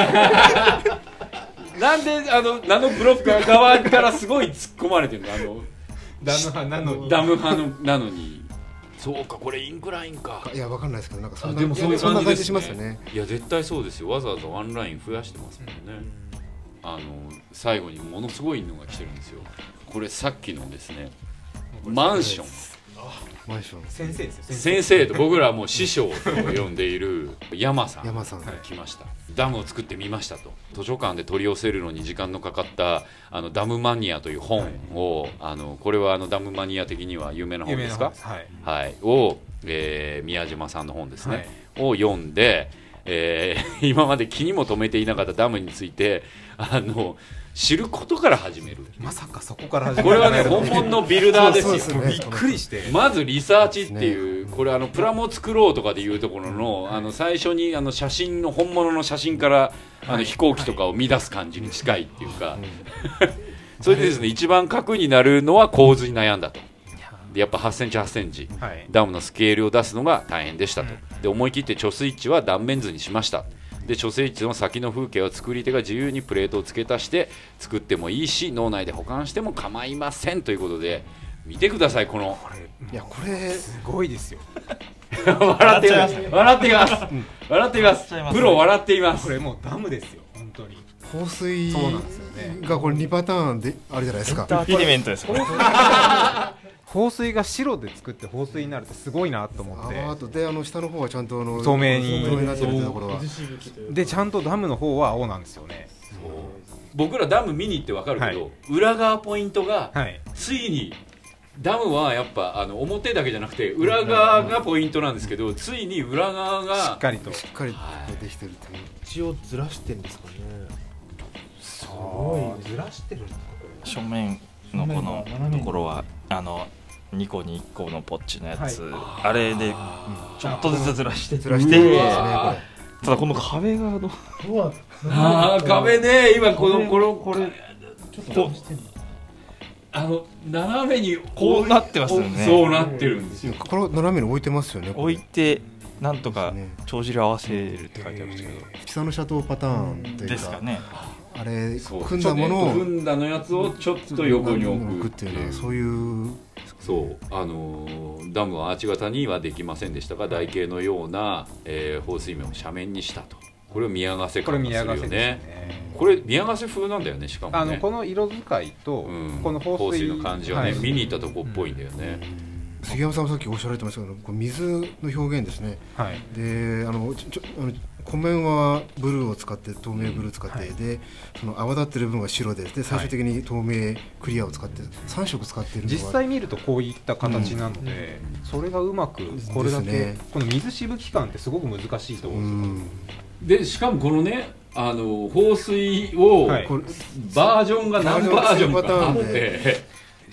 なんでナノブロック側からすごい突っ込まれてるの、ダム派なのに。そうか、これインクラインか。
いや、わかんないですけど、なんか
でもそういう感じです
しますよね。
いや、絶対そうですよ。わざわざワンライン増やしてますもんね。最後にものすごいのが来てるんですよ。これさっきのですね、マンション
先生ですよ。
先生と僕らはもう師匠と呼んでいる山さんが来ました。ダムを作ってみましたと。図書館で取り寄せるのに時間のかかったダムマニアという本を、これはダムマニア的には有名な本ですか、を、宮島さんの本ですね、を読んで、今まで気にも留めていなかったダムについて知ることから始める。
まさかそこから始める。
これはね、本物のビルダーですよ。
びっくりして。
まずリサーチっていう、これプラモ作ろうとかでいうところの最初に写真の本物の写真から飛行機とかを見出す感じに近いっていうか、それでですね、一番核になるのは構図に悩んだと。でやっぱ8センチ8センチ、ダムのスケールを出すのが大変でしたと。で思い切って貯水池は断面図にしました。で貯水池の先の風景は作り手が自由にプレートを付け足して作ってもいいし、脳内で保管しても構いませんということで、見てください、これ
すごいですよ。
笑っています、笑っています、笑っています。プロ笑っています。
これもうダムですよ、本当に。
放水がこれ2パターンであるじゃないですか。
エンターテイメントです。
放水が白で作って放水になるってすごいなと思って。
あとで下の方はちゃんと
透明に
なってるところは
で、ちゃんとダムの方は青なんですよね。
僕らダム見に行って分かるけど、裏側ポイントが、ついにダムはやっぱ表だけじゃなくて裏側がポイントなんですけど、ついに裏側が
しっかりと
できてるっていう。
一応ずらしてるんですかね。
すごいずらしてるんですか。
正面のこのところは2個に1個のポッチのやつ、あれでちょっとずつずらしてただこの壁が
壁ね、今これちょっと斜めに
こうなってますよね。
そうなってるんですよ。
これ斜めに置いてますよね。
置いてなんとか帳尻合わせるって書いてあるんですけど、
北のシャトーパターンというか
ですかね。
あれ組んだものを
組んだのやつをちょっと横に置く
っていう、そういう
ダムはアーチ型にはできませんでしたが、台形のような、放水面を斜面にしたと。これを宮ヶ瀬感がするよね。これ宮ヶ瀬風なんだよね。しかもね、
この色使いとこの放水
の感じはね、見に行ったとこっぽいんだよね。
杉山さんもさっきおっしゃられてましたけど、水の表現ですね。で湖面はブルーを使って、透明ブルーを使って、でその泡立ってる部分は白で、最終的に透明クリアを使って3色使っているのが
実際見るとこういった形なので、それがうまくこれだけ、この水しぶき感ってすごく難しいと思うん
ですよ。でしかもこのね、放水をバージョンが何バージョンかあって、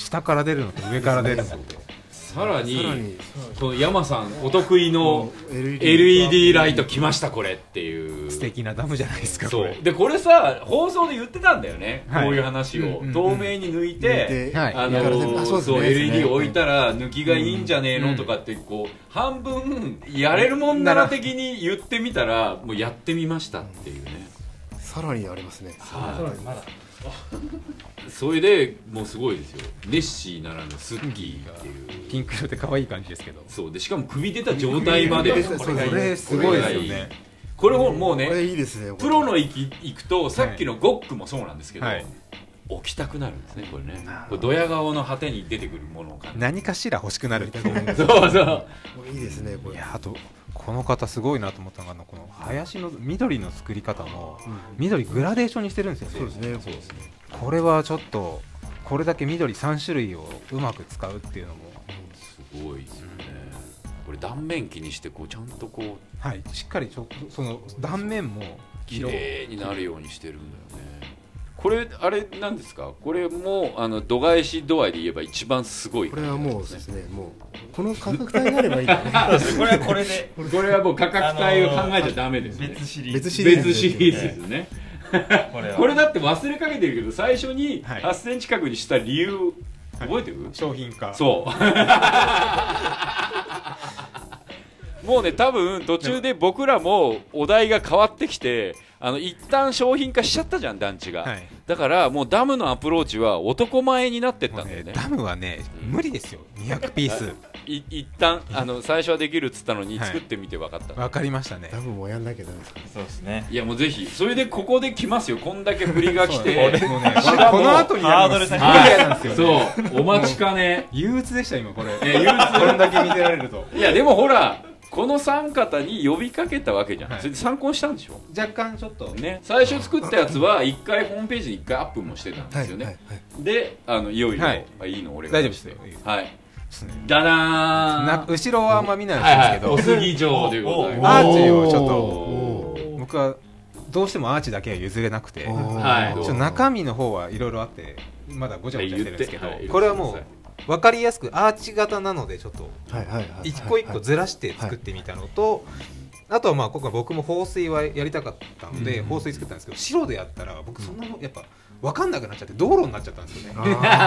下から出るのと上から出るのと
さらにこの山さんお得意の LED ライト来ましたこれっていう
素敵なダムじゃないですか。
そうでこれさ放送で言ってたんだよね、こういう話を、透明に抜いて、そう LED 置いたら抜きがいいんじゃねえのとかってこう半分やれるもんなら的に言ってみたらもうやってみましたっていうね。
さらにありますね。
さらにまだ
それでもうすごいですよ。ネッシーならぬスッキーっていう
ピンク色で可愛い感じですけど、
そうでしかも首出た状態まで
これすごいですよね。
これもうね、
これいいですね。
プロの行くとさっきのゴックもそうなんですけど、置きたくなるんですねこれね。これドヤ顔の果てに出てくるものを感じ
何かしら欲しくなるっていう
そうそう
いいですねこれ。
いやあとこの方すごいなと思ったのがこの林の緑の作り方も緑グラデーションにしてるんですよね。
そうですね。
これはちょっとこれだけ緑3種類をうまく使うっていうのも
すごいですよね。これ断面気にしてこうちゃんとこう、
はい、しっかりその断面も
綺麗になるようにしてるんだよね。これあれなんですか。これも度外視度合いで言えば一番すごい、
これはもうですね、もうこの価格帯になればいいかね
これはこれで
これはもう価格帯を考えちゃダメですね。
別シリーズ
別シリーズですねこれだって忘れかけてるけど最初に8センチ角にした理由覚えてる？
商品化。
そうもうね多分途中で僕らもお題が変わってきて一旦商品化しちゃったじゃん団地が、だからもうダムのアプローチは男前になってったんだよね。
ダムはね無理ですよ200ピース
一旦最初はできるっつったのに作ってみて分かった。
分かりましたね。
ダムもやんなきゃダメですか。
そうですね。
いやもうぜひそれでここで来ますよ。こんだけ振りが来て
この後にやるのすごい嫌なんですよね。
そうお待ちかね
憂鬱でした今これ。
憂鬱
これだけ見てられると。
いやでもほらこの3方に呼びかけたわけじゃん、それで参考したんでしょ。
若干ちょっと
ね最初作ったやつは1回ホームページに1回アップもしてたんですよね、でいよいよ、いいの俺が
大丈夫ですよ。
はいダダーン
後ろはあんま見ないんですけど、
お杉城でござい
ます。ア
ます。
ーチをちょっと僕はどうしてもアーチだけは譲れなくて、ちょっと中身の方はいろいろあってまだごちゃごちゃしてるんですけど、これはもう分かりやすくアーチ型なのでちょっと一個一個ずらして作ってみたのと、あとはまあ今回僕も放水はやりたかったので放水作ったんですけど、白でやったら僕そんなのやっぱ分かんなくなっちゃって道路になっちゃったんですよね。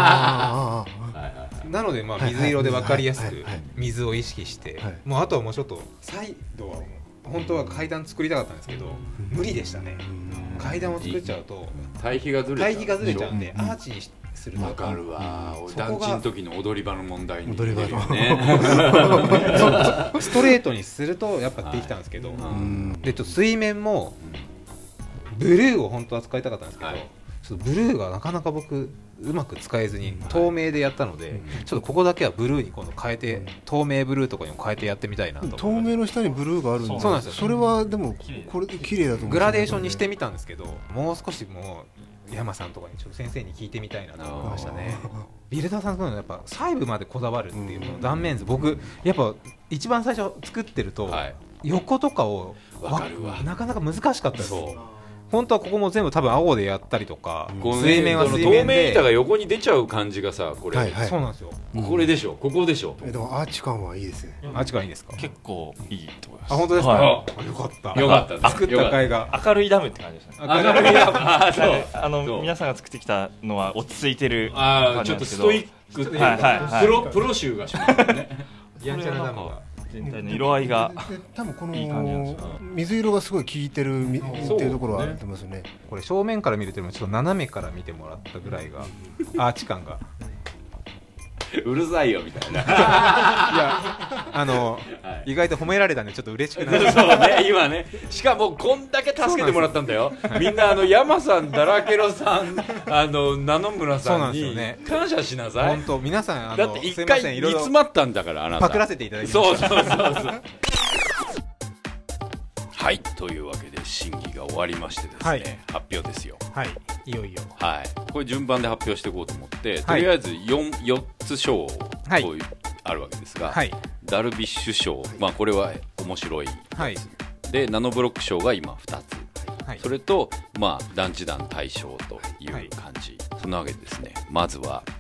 なのでまあ水色で分かりやすく水を意識して、もうあとはもうちょっとサイドは本当は階段作りたかったんですけど無理でしたね。階段を作っちゃうと
対比がずれ
ちゃうんでアーチにすると
分かるわ。団地の時の踊り場の問題に
踊り場の
ね
ストレートにするとやっぱできたんですけど、でちょっと水面もブルーを本当は使いたかったんですけど、ちょっとブルーがなかなか僕うまく使えずに透明でやったので、ちょっとここだけはブルーに今度変えて、透明ブルーとかにも変えてやってみたいなと。
透明の下にブルーがあるんで、
そうなんですよ。
それはでもこれ綺麗だと思う。
グラデーションにしてみたんですけど、もう少しもう山さんとかにちょっと先生に聞いてみたいなと思いましたね。ビルダーさんのやっぱ細部までこだわるっていうの断面図、僕やっぱ一番最初作ってると、横とかをなかなか難しかったです。本当はここも全部多分青でやったりとか、水面は水面で
透明板が横に出ちゃう感じがさ、これ、
そうなんですよ。
これでしょ、ここでしょ。
でもアーチ感はいいですね。
アーチ感いいですか。
結構いいと思います。
あ、本当ですか。よかった。
よかった。
作った甲斐が
明るいダムって感じですね。
明るいダム。
皆さんが作ってきたのは落ち着いてる
感じなんですけど、ちょっとストイックっていうかプロ集がしますね。
やんちゃなダムが。
全体の色合いが
多分この水色がすごい効いてるっていうところはありますよね。
これ正面から見るとちょっと斜めから見てもらったぐらいがアーチ感が
うるさいよみたいな。い
や意外と褒められたんでちょっと嬉しくなる。
そうね、今ね。しかもこんだけ助けてもらったんだよ。みんな山さん、だらけろさん、名野村さんに感謝しなさい。
本当皆さん
だって一回煮詰まったんだからあなた。
パクらせていただきました。
そう。はい、というわけで審議が終わりましてですね、発表ですよ。
はい、いよいよ。
はい、これ順番で発表していこうと思って、とりあえず4つ賞あるわけですが、ダルビッシュ賞、まあこれは面白いやつで、ナノブロック賞が今2つ、それとまあ団地団大賞という感じ。そんなわけでですね、まずは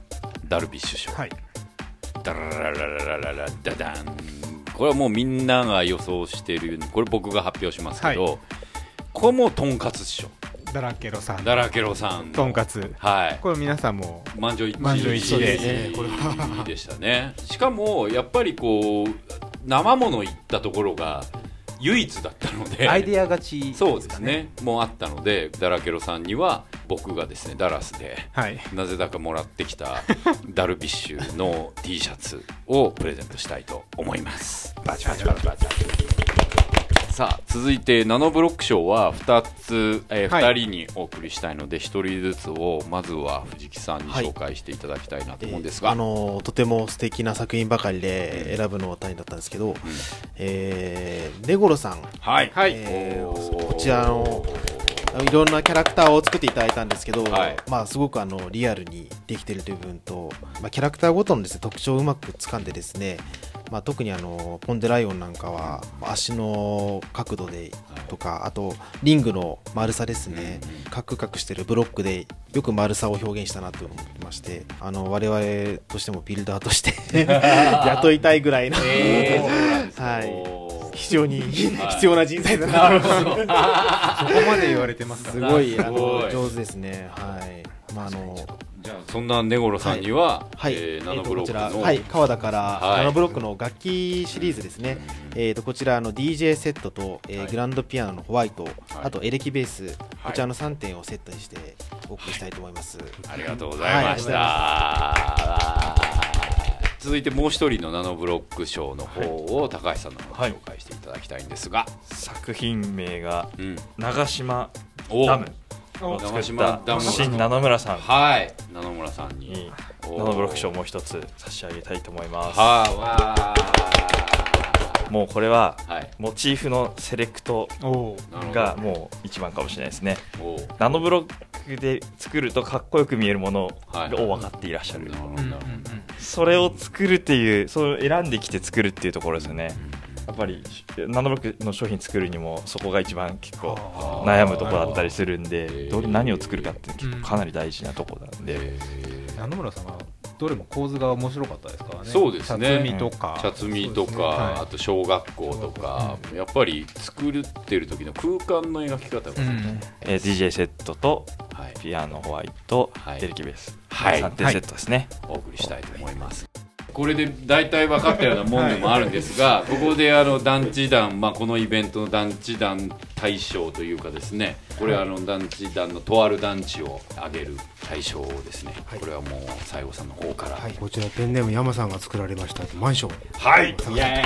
ダルビッシュ賞、
はい、
ダララララララダダン。これはもうみんなが予想しているように、これ僕が発表しますけど、はい、これもとんかつ師匠、
ダラケロさん、
ダラケロさん
とんかつ、
はい、
これ皆さんも
満場一
致
でしたね。しかもやっぱりこう生もの言ったところが唯一だったので、
アイデア勝ちですかね。
そうですね、もうあったので、ダラケロさんには僕がですねダラスで、はい、なぜだかもらってきたダルビッシュの T シャツをプレゼントしたいと思います。バチバチバチバチ。さあ続いてナノブロック賞は2つ、2人にお送りしたいので、1人ずつをまずは藤木さんに紹介していただきたいなと思うんですが、
とても素敵な作品ばかりで選ぶのは大変だったんですけど、ネゴロさん、
はい、
こちらのいろんなキャラクターを作っていただいたんですけど、はい、すごくリアルにできているという部分と、キャラクターごとのですね、特徴をうまく掴んでですね、特にポンデライオンなんかは足の角度でとか、あとリングの丸さですね、カクカクしてるブロックでよく丸さを表現したなと思ってまして、我々としてもビルダーとして雇いたいぐらいの、はい、非常に必要な人材だなとそこ
まで言われてますから、
すごい上手ですね。はい、
じゃあそんなネゴロさんには、はい、ナノブロックの、
はい、川田から、ナノブロックの楽器シリーズですね、こちらDJ セットと、グランドピアノのホワイト、あとエレキベース、こちらの3点をセットにしてお送りしたいと思います。
ありがとうございました。続いてもう一人のナノブロック賞の方を高橋さんの方に紹介していただきたいんですが、
作品名が長島ダムを作った新野々村さん、
はい、野々村さんに
ナノブロック賞をもう一つ差し上げたいと思います。もうこれはモチーフのセレクトがもう一番かもしれないですね。ナノブロックで作るとかっこよく見えるものを分かっていらっしゃる、それを作るっていう、それを選んできて作るっていうところですよね。やっぱりナノブロックの商品作るにもそこが一番結構悩むところだったりするんで、何を作るかって結構かなり大事なところなんで、
野々村さんはどれも構図が面白かったですからね。
そうですね、
茶摘みとか、
あと小学校とか、やっぱり作ってる時の空間の描き方が、
DJ セットとピアノホワイト、エレキベース、3点セットですね、
お送りしたいと思います。これで大体分かったようなもんでもあるんですが、ここで団地団、このイベントの団地団大賞というかですね、これは団地団のとある団地を挙げる大賞をですね、これはもう西郷さんの方から、
こちらペンネーム山さんが作られましたマンション、
はい、イエ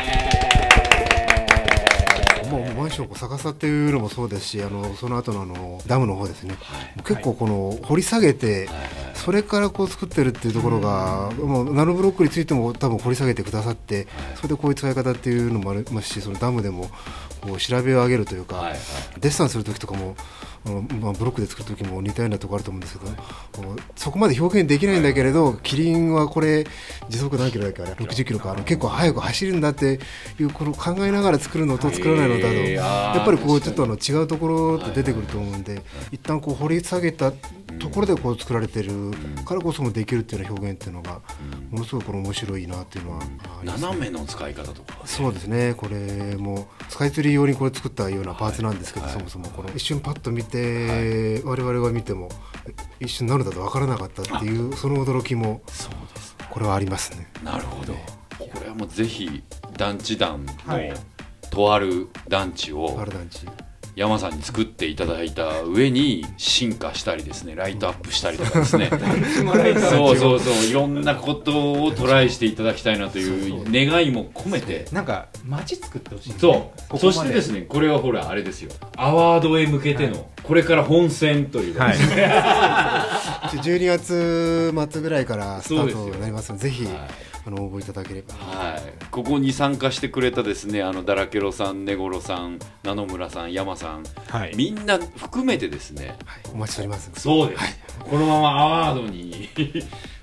ーイ。
もうマンションを逆さっていうのもそうですし、その後のダムの方ですね、結構この掘り下げて、それからこう作ってるっていうところが、もうナノブロックについても多分掘り下げてくださって、それでこういう使い方っていうのもありますし、そのダムでもこう調べを上げるというか、デッサンする時とかも、ブロックで作る時も似たようなところあると思うんですけど、そこまで表現できないんだけれど、キリンはこれ時速何キロだっけ、60キロか、結構速く走るんだっていうこの考えながら作るのと作らないのだと、やっぱりこうちょっと違うところって出てくると思うんで、一旦こう掘り下げたところでこう作られてるからこそもできるっていうような表現っていうのがものすごくこれ面白いなっていうのは、
斜めの使い方とか、
そうですね、これもスカイツリー用にこれ作ったようなパーツなんですけど、そもそもこの一瞬パッと見て、我々が見ても一瞬何だと分からなかったっていう、その驚きもこれはありますね。
なるほど、これはもうぜひ団地団のとある団地を山さんに作っていただいた上に進化したりですね、ライトアップしたりとかですねそういろんなことをトライしていただきたいなという願いも込めて、
なんか街作ってほしい、ね、
そしてですね、これはほらあれですよ、アワードへ向けての、これから本戦というかですね、
12月末ぐらいからスタートになりますので、ぜひ応募いただければ、
ここに参加してくれたですね、ダラケロさん、ネゴロさん、ナノムラさん、山さん、みんな含めてですね、
お待ちしております。
そうです、このままアワードに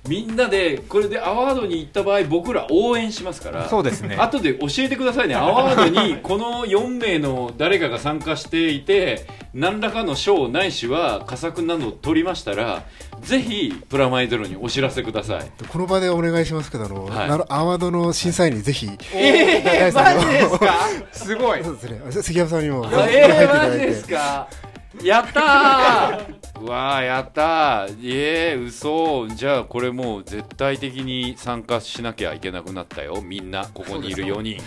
みんなでこれでアワードに行った場合僕ら応援しますから、
そうですね、
後で教えてくださいね。アワードにこの4名の誰かが参加していて何らかの賞ないしは佳作などを取りましたら、ぜひプラマイゼロにお知らせください。
この場でお願いしますけど、アワードの審査員にぜひ、
マジですか？
すごい。そうですね。関山さんにも
マジですか？やったーうわーやったー嘘。じゃあこれもう絶対的に参加しなきゃいけなくなったよ、みんなここにいる4人。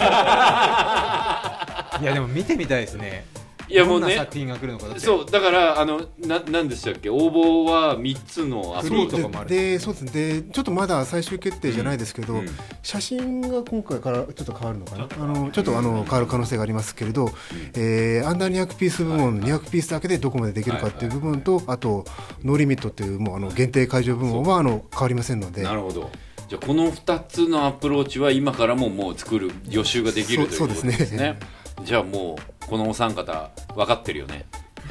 いやでも見てみたいですね。
いやもうね、
どんな作品が来るのか。
そうだからなんでしたっけ、応募は3つのアプリとかもある
で、そうですね。でちょっとまだ最終決定じゃないですけど、写真が今回からちょっと変わるのかな、ちょっと変わる可能性がありますけれど、アンダー200ピース部門の200ピースだけでどこまでできるかっていう部分と、あとノーリミットっていうもう限定会場部門は変わりませんので。
なるほど。じゃあこの2つのアプローチは今からもう作る予習ができるということですね。じゃあもうこのお三方分かってるよね。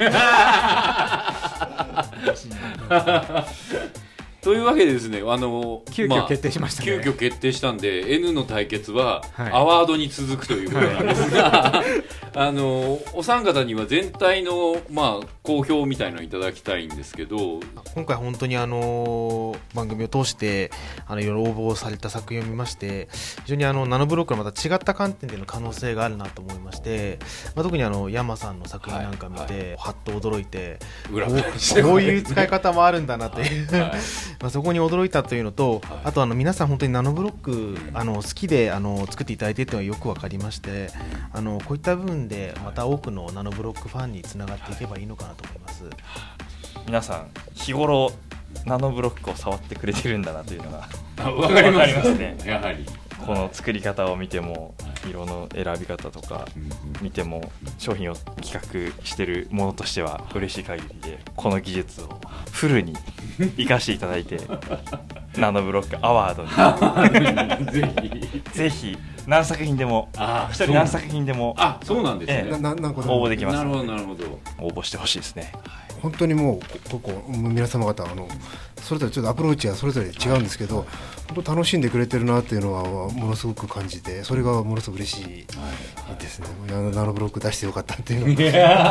というわけでですね、
急遽決定しましたね。
急遽決定したんで N の対決はアワードに続くということなんですが、お三方には全体の好評みたいのをいただきたいんですけど、
今回本当に番組を通していろいろ応募された作品を見まして、非常にナノブロックのまた違った観点での可能性があるなと思いまして、特に山さんの作品なんか見て、はっと驚いて、こういう使い方もあるんだなという、そこに驚いたというのと、あと皆さん本当にナノブロック好きで作っていただいているというのはよく分かりまして、こういった部分でまた多くのナノブロックファンにつながっていけばいいのかなと思います。
皆さん日頃ナノブロックを触ってくれてるんだなというのが
分かります
ね。
やはり
この作り方を見ても、色の選び方とか見ても、商品を企画してるものとしては嬉しい限りで、この技術をフルに生かしていただいてナノブロックアワードにぜひ何作品でも、1人何作品でも、
そうなんですね、
応募できますので、
なるほど
応募してほしいですね。
本当にもう皆様方それぞれちょっとアプローチはそれぞれ違うんですけど、本当楽しんでくれてるなっていうのはものすごく感じて、それがものすごく嬉しいですね。ナノブロック出してよかったっていうの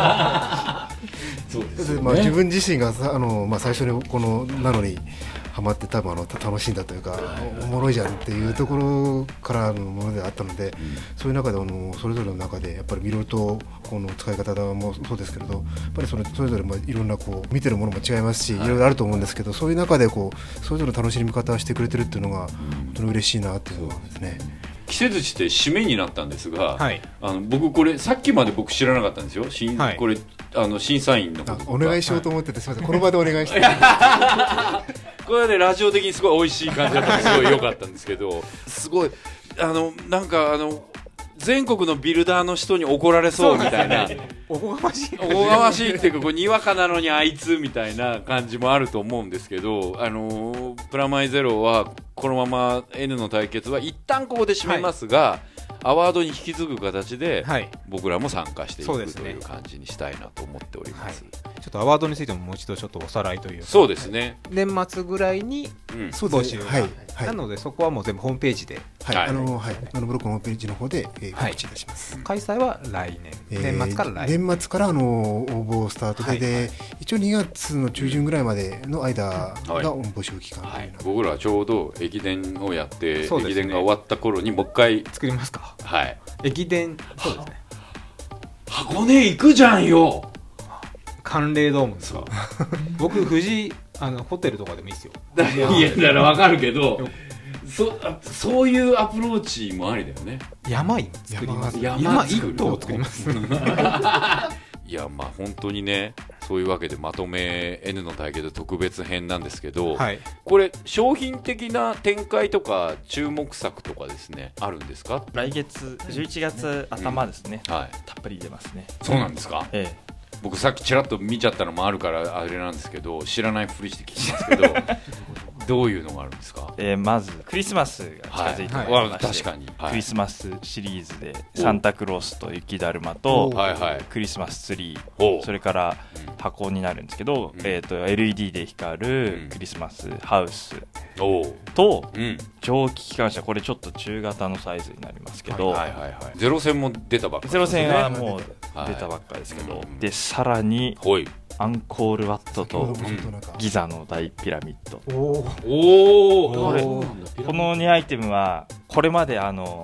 そうですよね。
自分自身が最初にこのナノにハマって多分楽しんだというか、おもろいじゃんっていうところからのものであったので、そういう中でそれぞれの中でやっぱりいろいろとこの使い方もそうですけれど、やっぱりそれぞれいろんな見てるものも違いますし、いろいろあると思うんですけど、そういう中でそれぞれの楽しみ方をしてくれてるっていうのが本当に嬉しいなっていうのはですね。
季節って締めになったんですが、僕これさっきまで僕知らなかったんですよ。これ審査員のこととか
お願いしようと思ってて、すみません、この場でお願いして
これはね、ラジオ的にすごい美味しい感じだったんですごい良かったんですけど、すごいなんか全国のビルダーの人に怒られそうみたいな、
おこがましい
っていうか、にわかなのにあいつみたいな感じもあると思うんですけど、プラマイゼロはこのまま N の対決は一旦ここで締めますが、アワードに引き継ぐ形で僕らも参加していくという感じにしたいなと思っております。
ちょっとアワードについてももう一度ちょっとおさらいというか、
そうですね、
年末ぐらいに募集が、なのでそこはもう全部ホームページで、
ナノブロックのホームページの方で告知いたします。
開催は来年、年末から来年、
年末から応募スタートで、一応2月の中旬ぐらいまでの間が募集期間、
僕らはちょうど駅伝をやって、駅伝が終わった頃にもう一回
作りますか。
駅
伝、そうですね、
箱根行くじゃんよ。
寒冷ドームですか。僕ホテルとかでもいいですよ。
いやだから分かるけど、そういうアプローチもありだよね。
山作ります。山一棟を作ります。
いや本当にね、そういうわけでまとめ N の対決特別編なんですけど、これ商品的な展開とか注目作とかですね、あるんですか？
来月11月頭ですね、たっぷり出ますね。
そうなんですか？僕さっきちらっと見ちゃったのもあるからあれなんですけど、知らないふりして聞きますけどどういうのがあるんですか？
まずクリスマスが近づいてまして、
確かに、
クリスマスシリーズでサンタクロースと雪だるまとクリスマスツリー、それから箱になるんですけど、LED で光るクリスマスハウスと蒸気機関車、これちょっと中型のサイズになりますけど、
ゼロ戦も出たばっかり、
ゼロ戦はもう出たばっかりですけど、でさらにアンコールワットとギザの大ピラミッド、この2アイテムはこれまで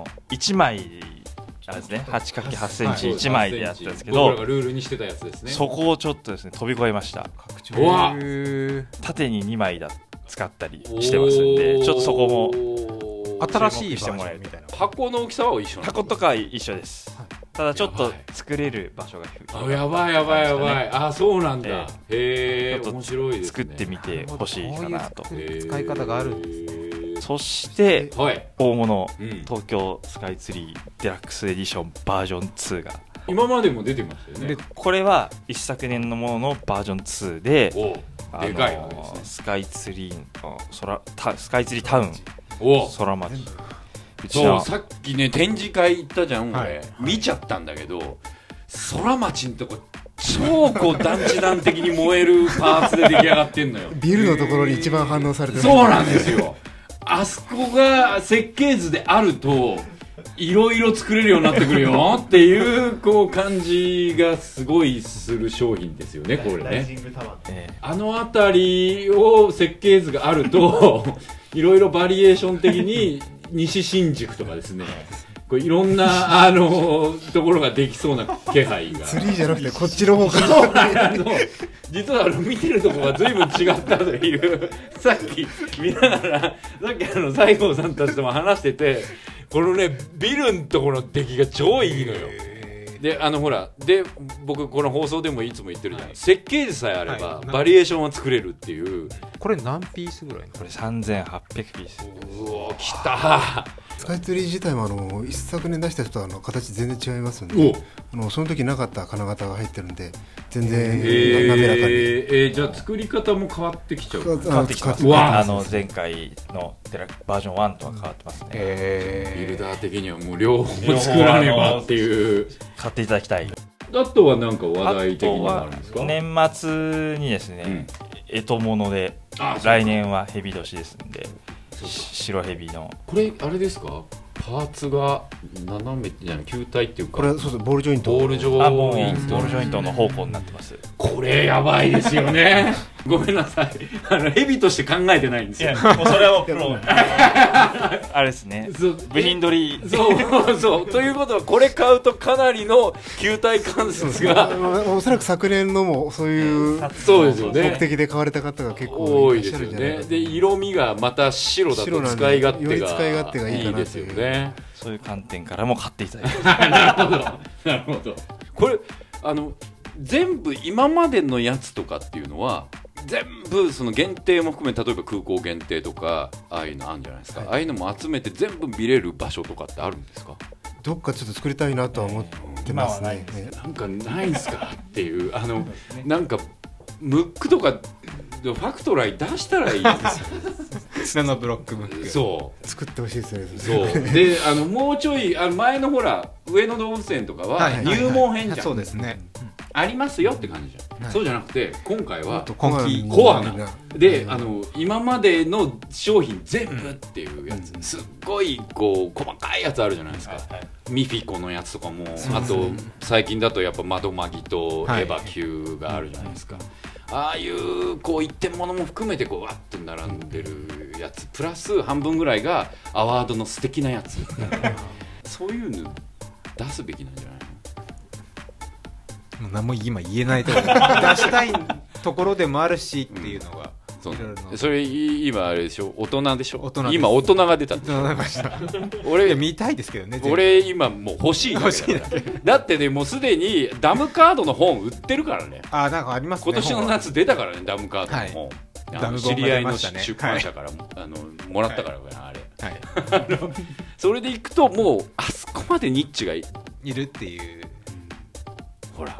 1枚あれですね、8×8 センチ1枚でやったんですけど、
僕らがルールにしてたやつですね。
そこをちょっとですね飛び越えました。縦に2枚使ったりしてますんで、ちょっとそこも
新しいバージョンみたいな。
箱の大きさは一緒なんですか？
箱とか一緒です。ただちょっと作れる場所が
広い。やばい。あ、そうなんだ。へえ、面白いですね。
作ってみてほしいかなと。
使い方があるんですね。
そして大物、東京スカイツリーデラックスエディションバージョン2が
今までも出てましたよね。
でこれは一昨年のもののバージョン2で、
でかいわけですね。
スカイツリースカイツリータウン空町、
そうさっきね展示会行ったじゃん、俺見ちゃったんだけど、空町のとこ超こう団地団的に燃えるパーツで出来上がってんのよ。
ビルのところに一番反応されてる。
そうなんですよ。あそこが設計図であるといろいろ作れるようになってくるよっていうこう感じがすごいする商品ですよね、これね。あの辺りを設計図があるといろいろバリエーション的に西新宿とかですね、こういろんなところができそうな気配が。
ツリーじゃなくてこっちの方から
実は見てるところが随分違ったというさっき見ながらさっき西郷さんたちとも話してて、このねビルのところの出来が超いいのよ。でほらで僕この放送でもいつも言ってるじゃん、設計図さえあればバリエーションは作れるっていう。
これ何ピースぐらい？
これ3800ピース。
うおきた。
スカイツリー自体も一昨年出した人は形全然違いますので、その時なかった金型が入ってるんで全然滑らかに。
じゃあ作り方も変わってきちゃう？
変わってきます。前回のバージョン1とは変わってますね。
ビルダー的にはもう両方作らねばっていう
買っていただきたい。
あとは何か話題的になるんですか？
年末にですね、干支物で来年は蛇年ですんで、白蛇の
これあれですか？パーツが斜めじゃない球体っていうか、
これそうボールジョイント、
ボールジョイントの方向になってます。
これやばいですよね。ごめんなさい、蛇として考えてないんですよ。
もうそれはもうプロあれですね、部品取り。
そうということはこれ買うとかなりの球体関節が
おそらく昨年のもそういう
そうですよね、
目的で買われた方が結構
多いですよね。で色味がまた白だと使い勝手がいいですよね。
そういう観点からも買っていただいて
なるほど。これ全部今までのやつとかっていうのは全部その限定も含め、例えば空港限定とかああいうのあるんじゃないですか、ああいうのも集めて全部見れる場所とかってあるんですか？
どっかちょっと作りたいなとは思ってますね。
なんかないんですかっていうなんかムックとかファクトライ出したらいいです
よ。ナノブロックムック。
そう
作ってほしいですね。
そうでもうちょい前のほら上野動物園とかは入門編じゃん。
そうですね。
ありますよって感じじゃん。そうじゃなくて今回は
コ
アなで今までの商品全部っていうやつ、すっごいこう細かいやつあるじゃないですか。ミフィコのやつとかも、あと最近だとやっぱ窓マギとエヴァ級があるじゃないですか。ああいうこう一点物も含めてこうわっと並んでるやつプラス半分ぐらいがアワードの素敵なやつそういうの出すべきなんじゃないの？
もう何も今言えないところ出したいところでもあるしっていうのが、
それ今あれでしょ、大人でしょ。
大人
今大人が出たんでしょ。
俺見たいですけどね。
俺今もう欲しいんだけどだってねもうすでにダムカードの本売ってるからね。
なんかありますね。
今年の夏出たからね、ダムカードの本、知り合いの出版社からもらったからあれ、それでいくともうあそこまでニッチがい
るっていう。
ほら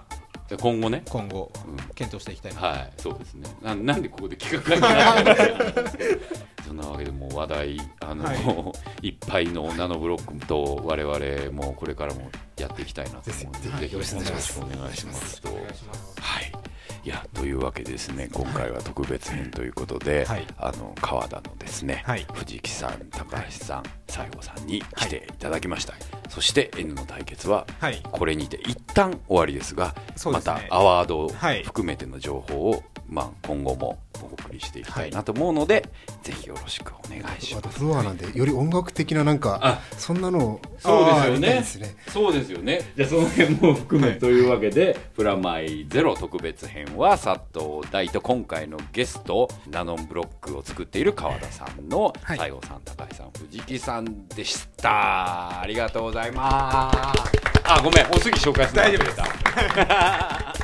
今後ね
今後、検討していきたいな、
はい、そうですね。なんでここで企画会議になってるんですけどそんなわけでもう話題いっぱいのナノブロックと我々もこれからもやっていきたいなと思うので、ぜひよろしくお願いしますと。はい。いやというわけでですね、今回は特別編ということで、はい、川田のですね、はい、藤木さん、高橋さん、西郷さんに来ていただきました、はい、そして N の対決はこれにて一旦終わりですが、またアワードを含めての情報を、今後もお送りしていきたいなと思うので、ぜひよろしくお願いします。
フロアなんでより音楽的ななんかそんなの
そうですよね。そうですよね。じゃあその辺も含めというわけで、プラマイゼロ特別編は佐藤大と今回のゲストナノンブロックを作っている川田さんの西郷さん、高橋さん、藤木さんでした。ありがとうございます。ごめん、おすぎ紹介するの忘れた。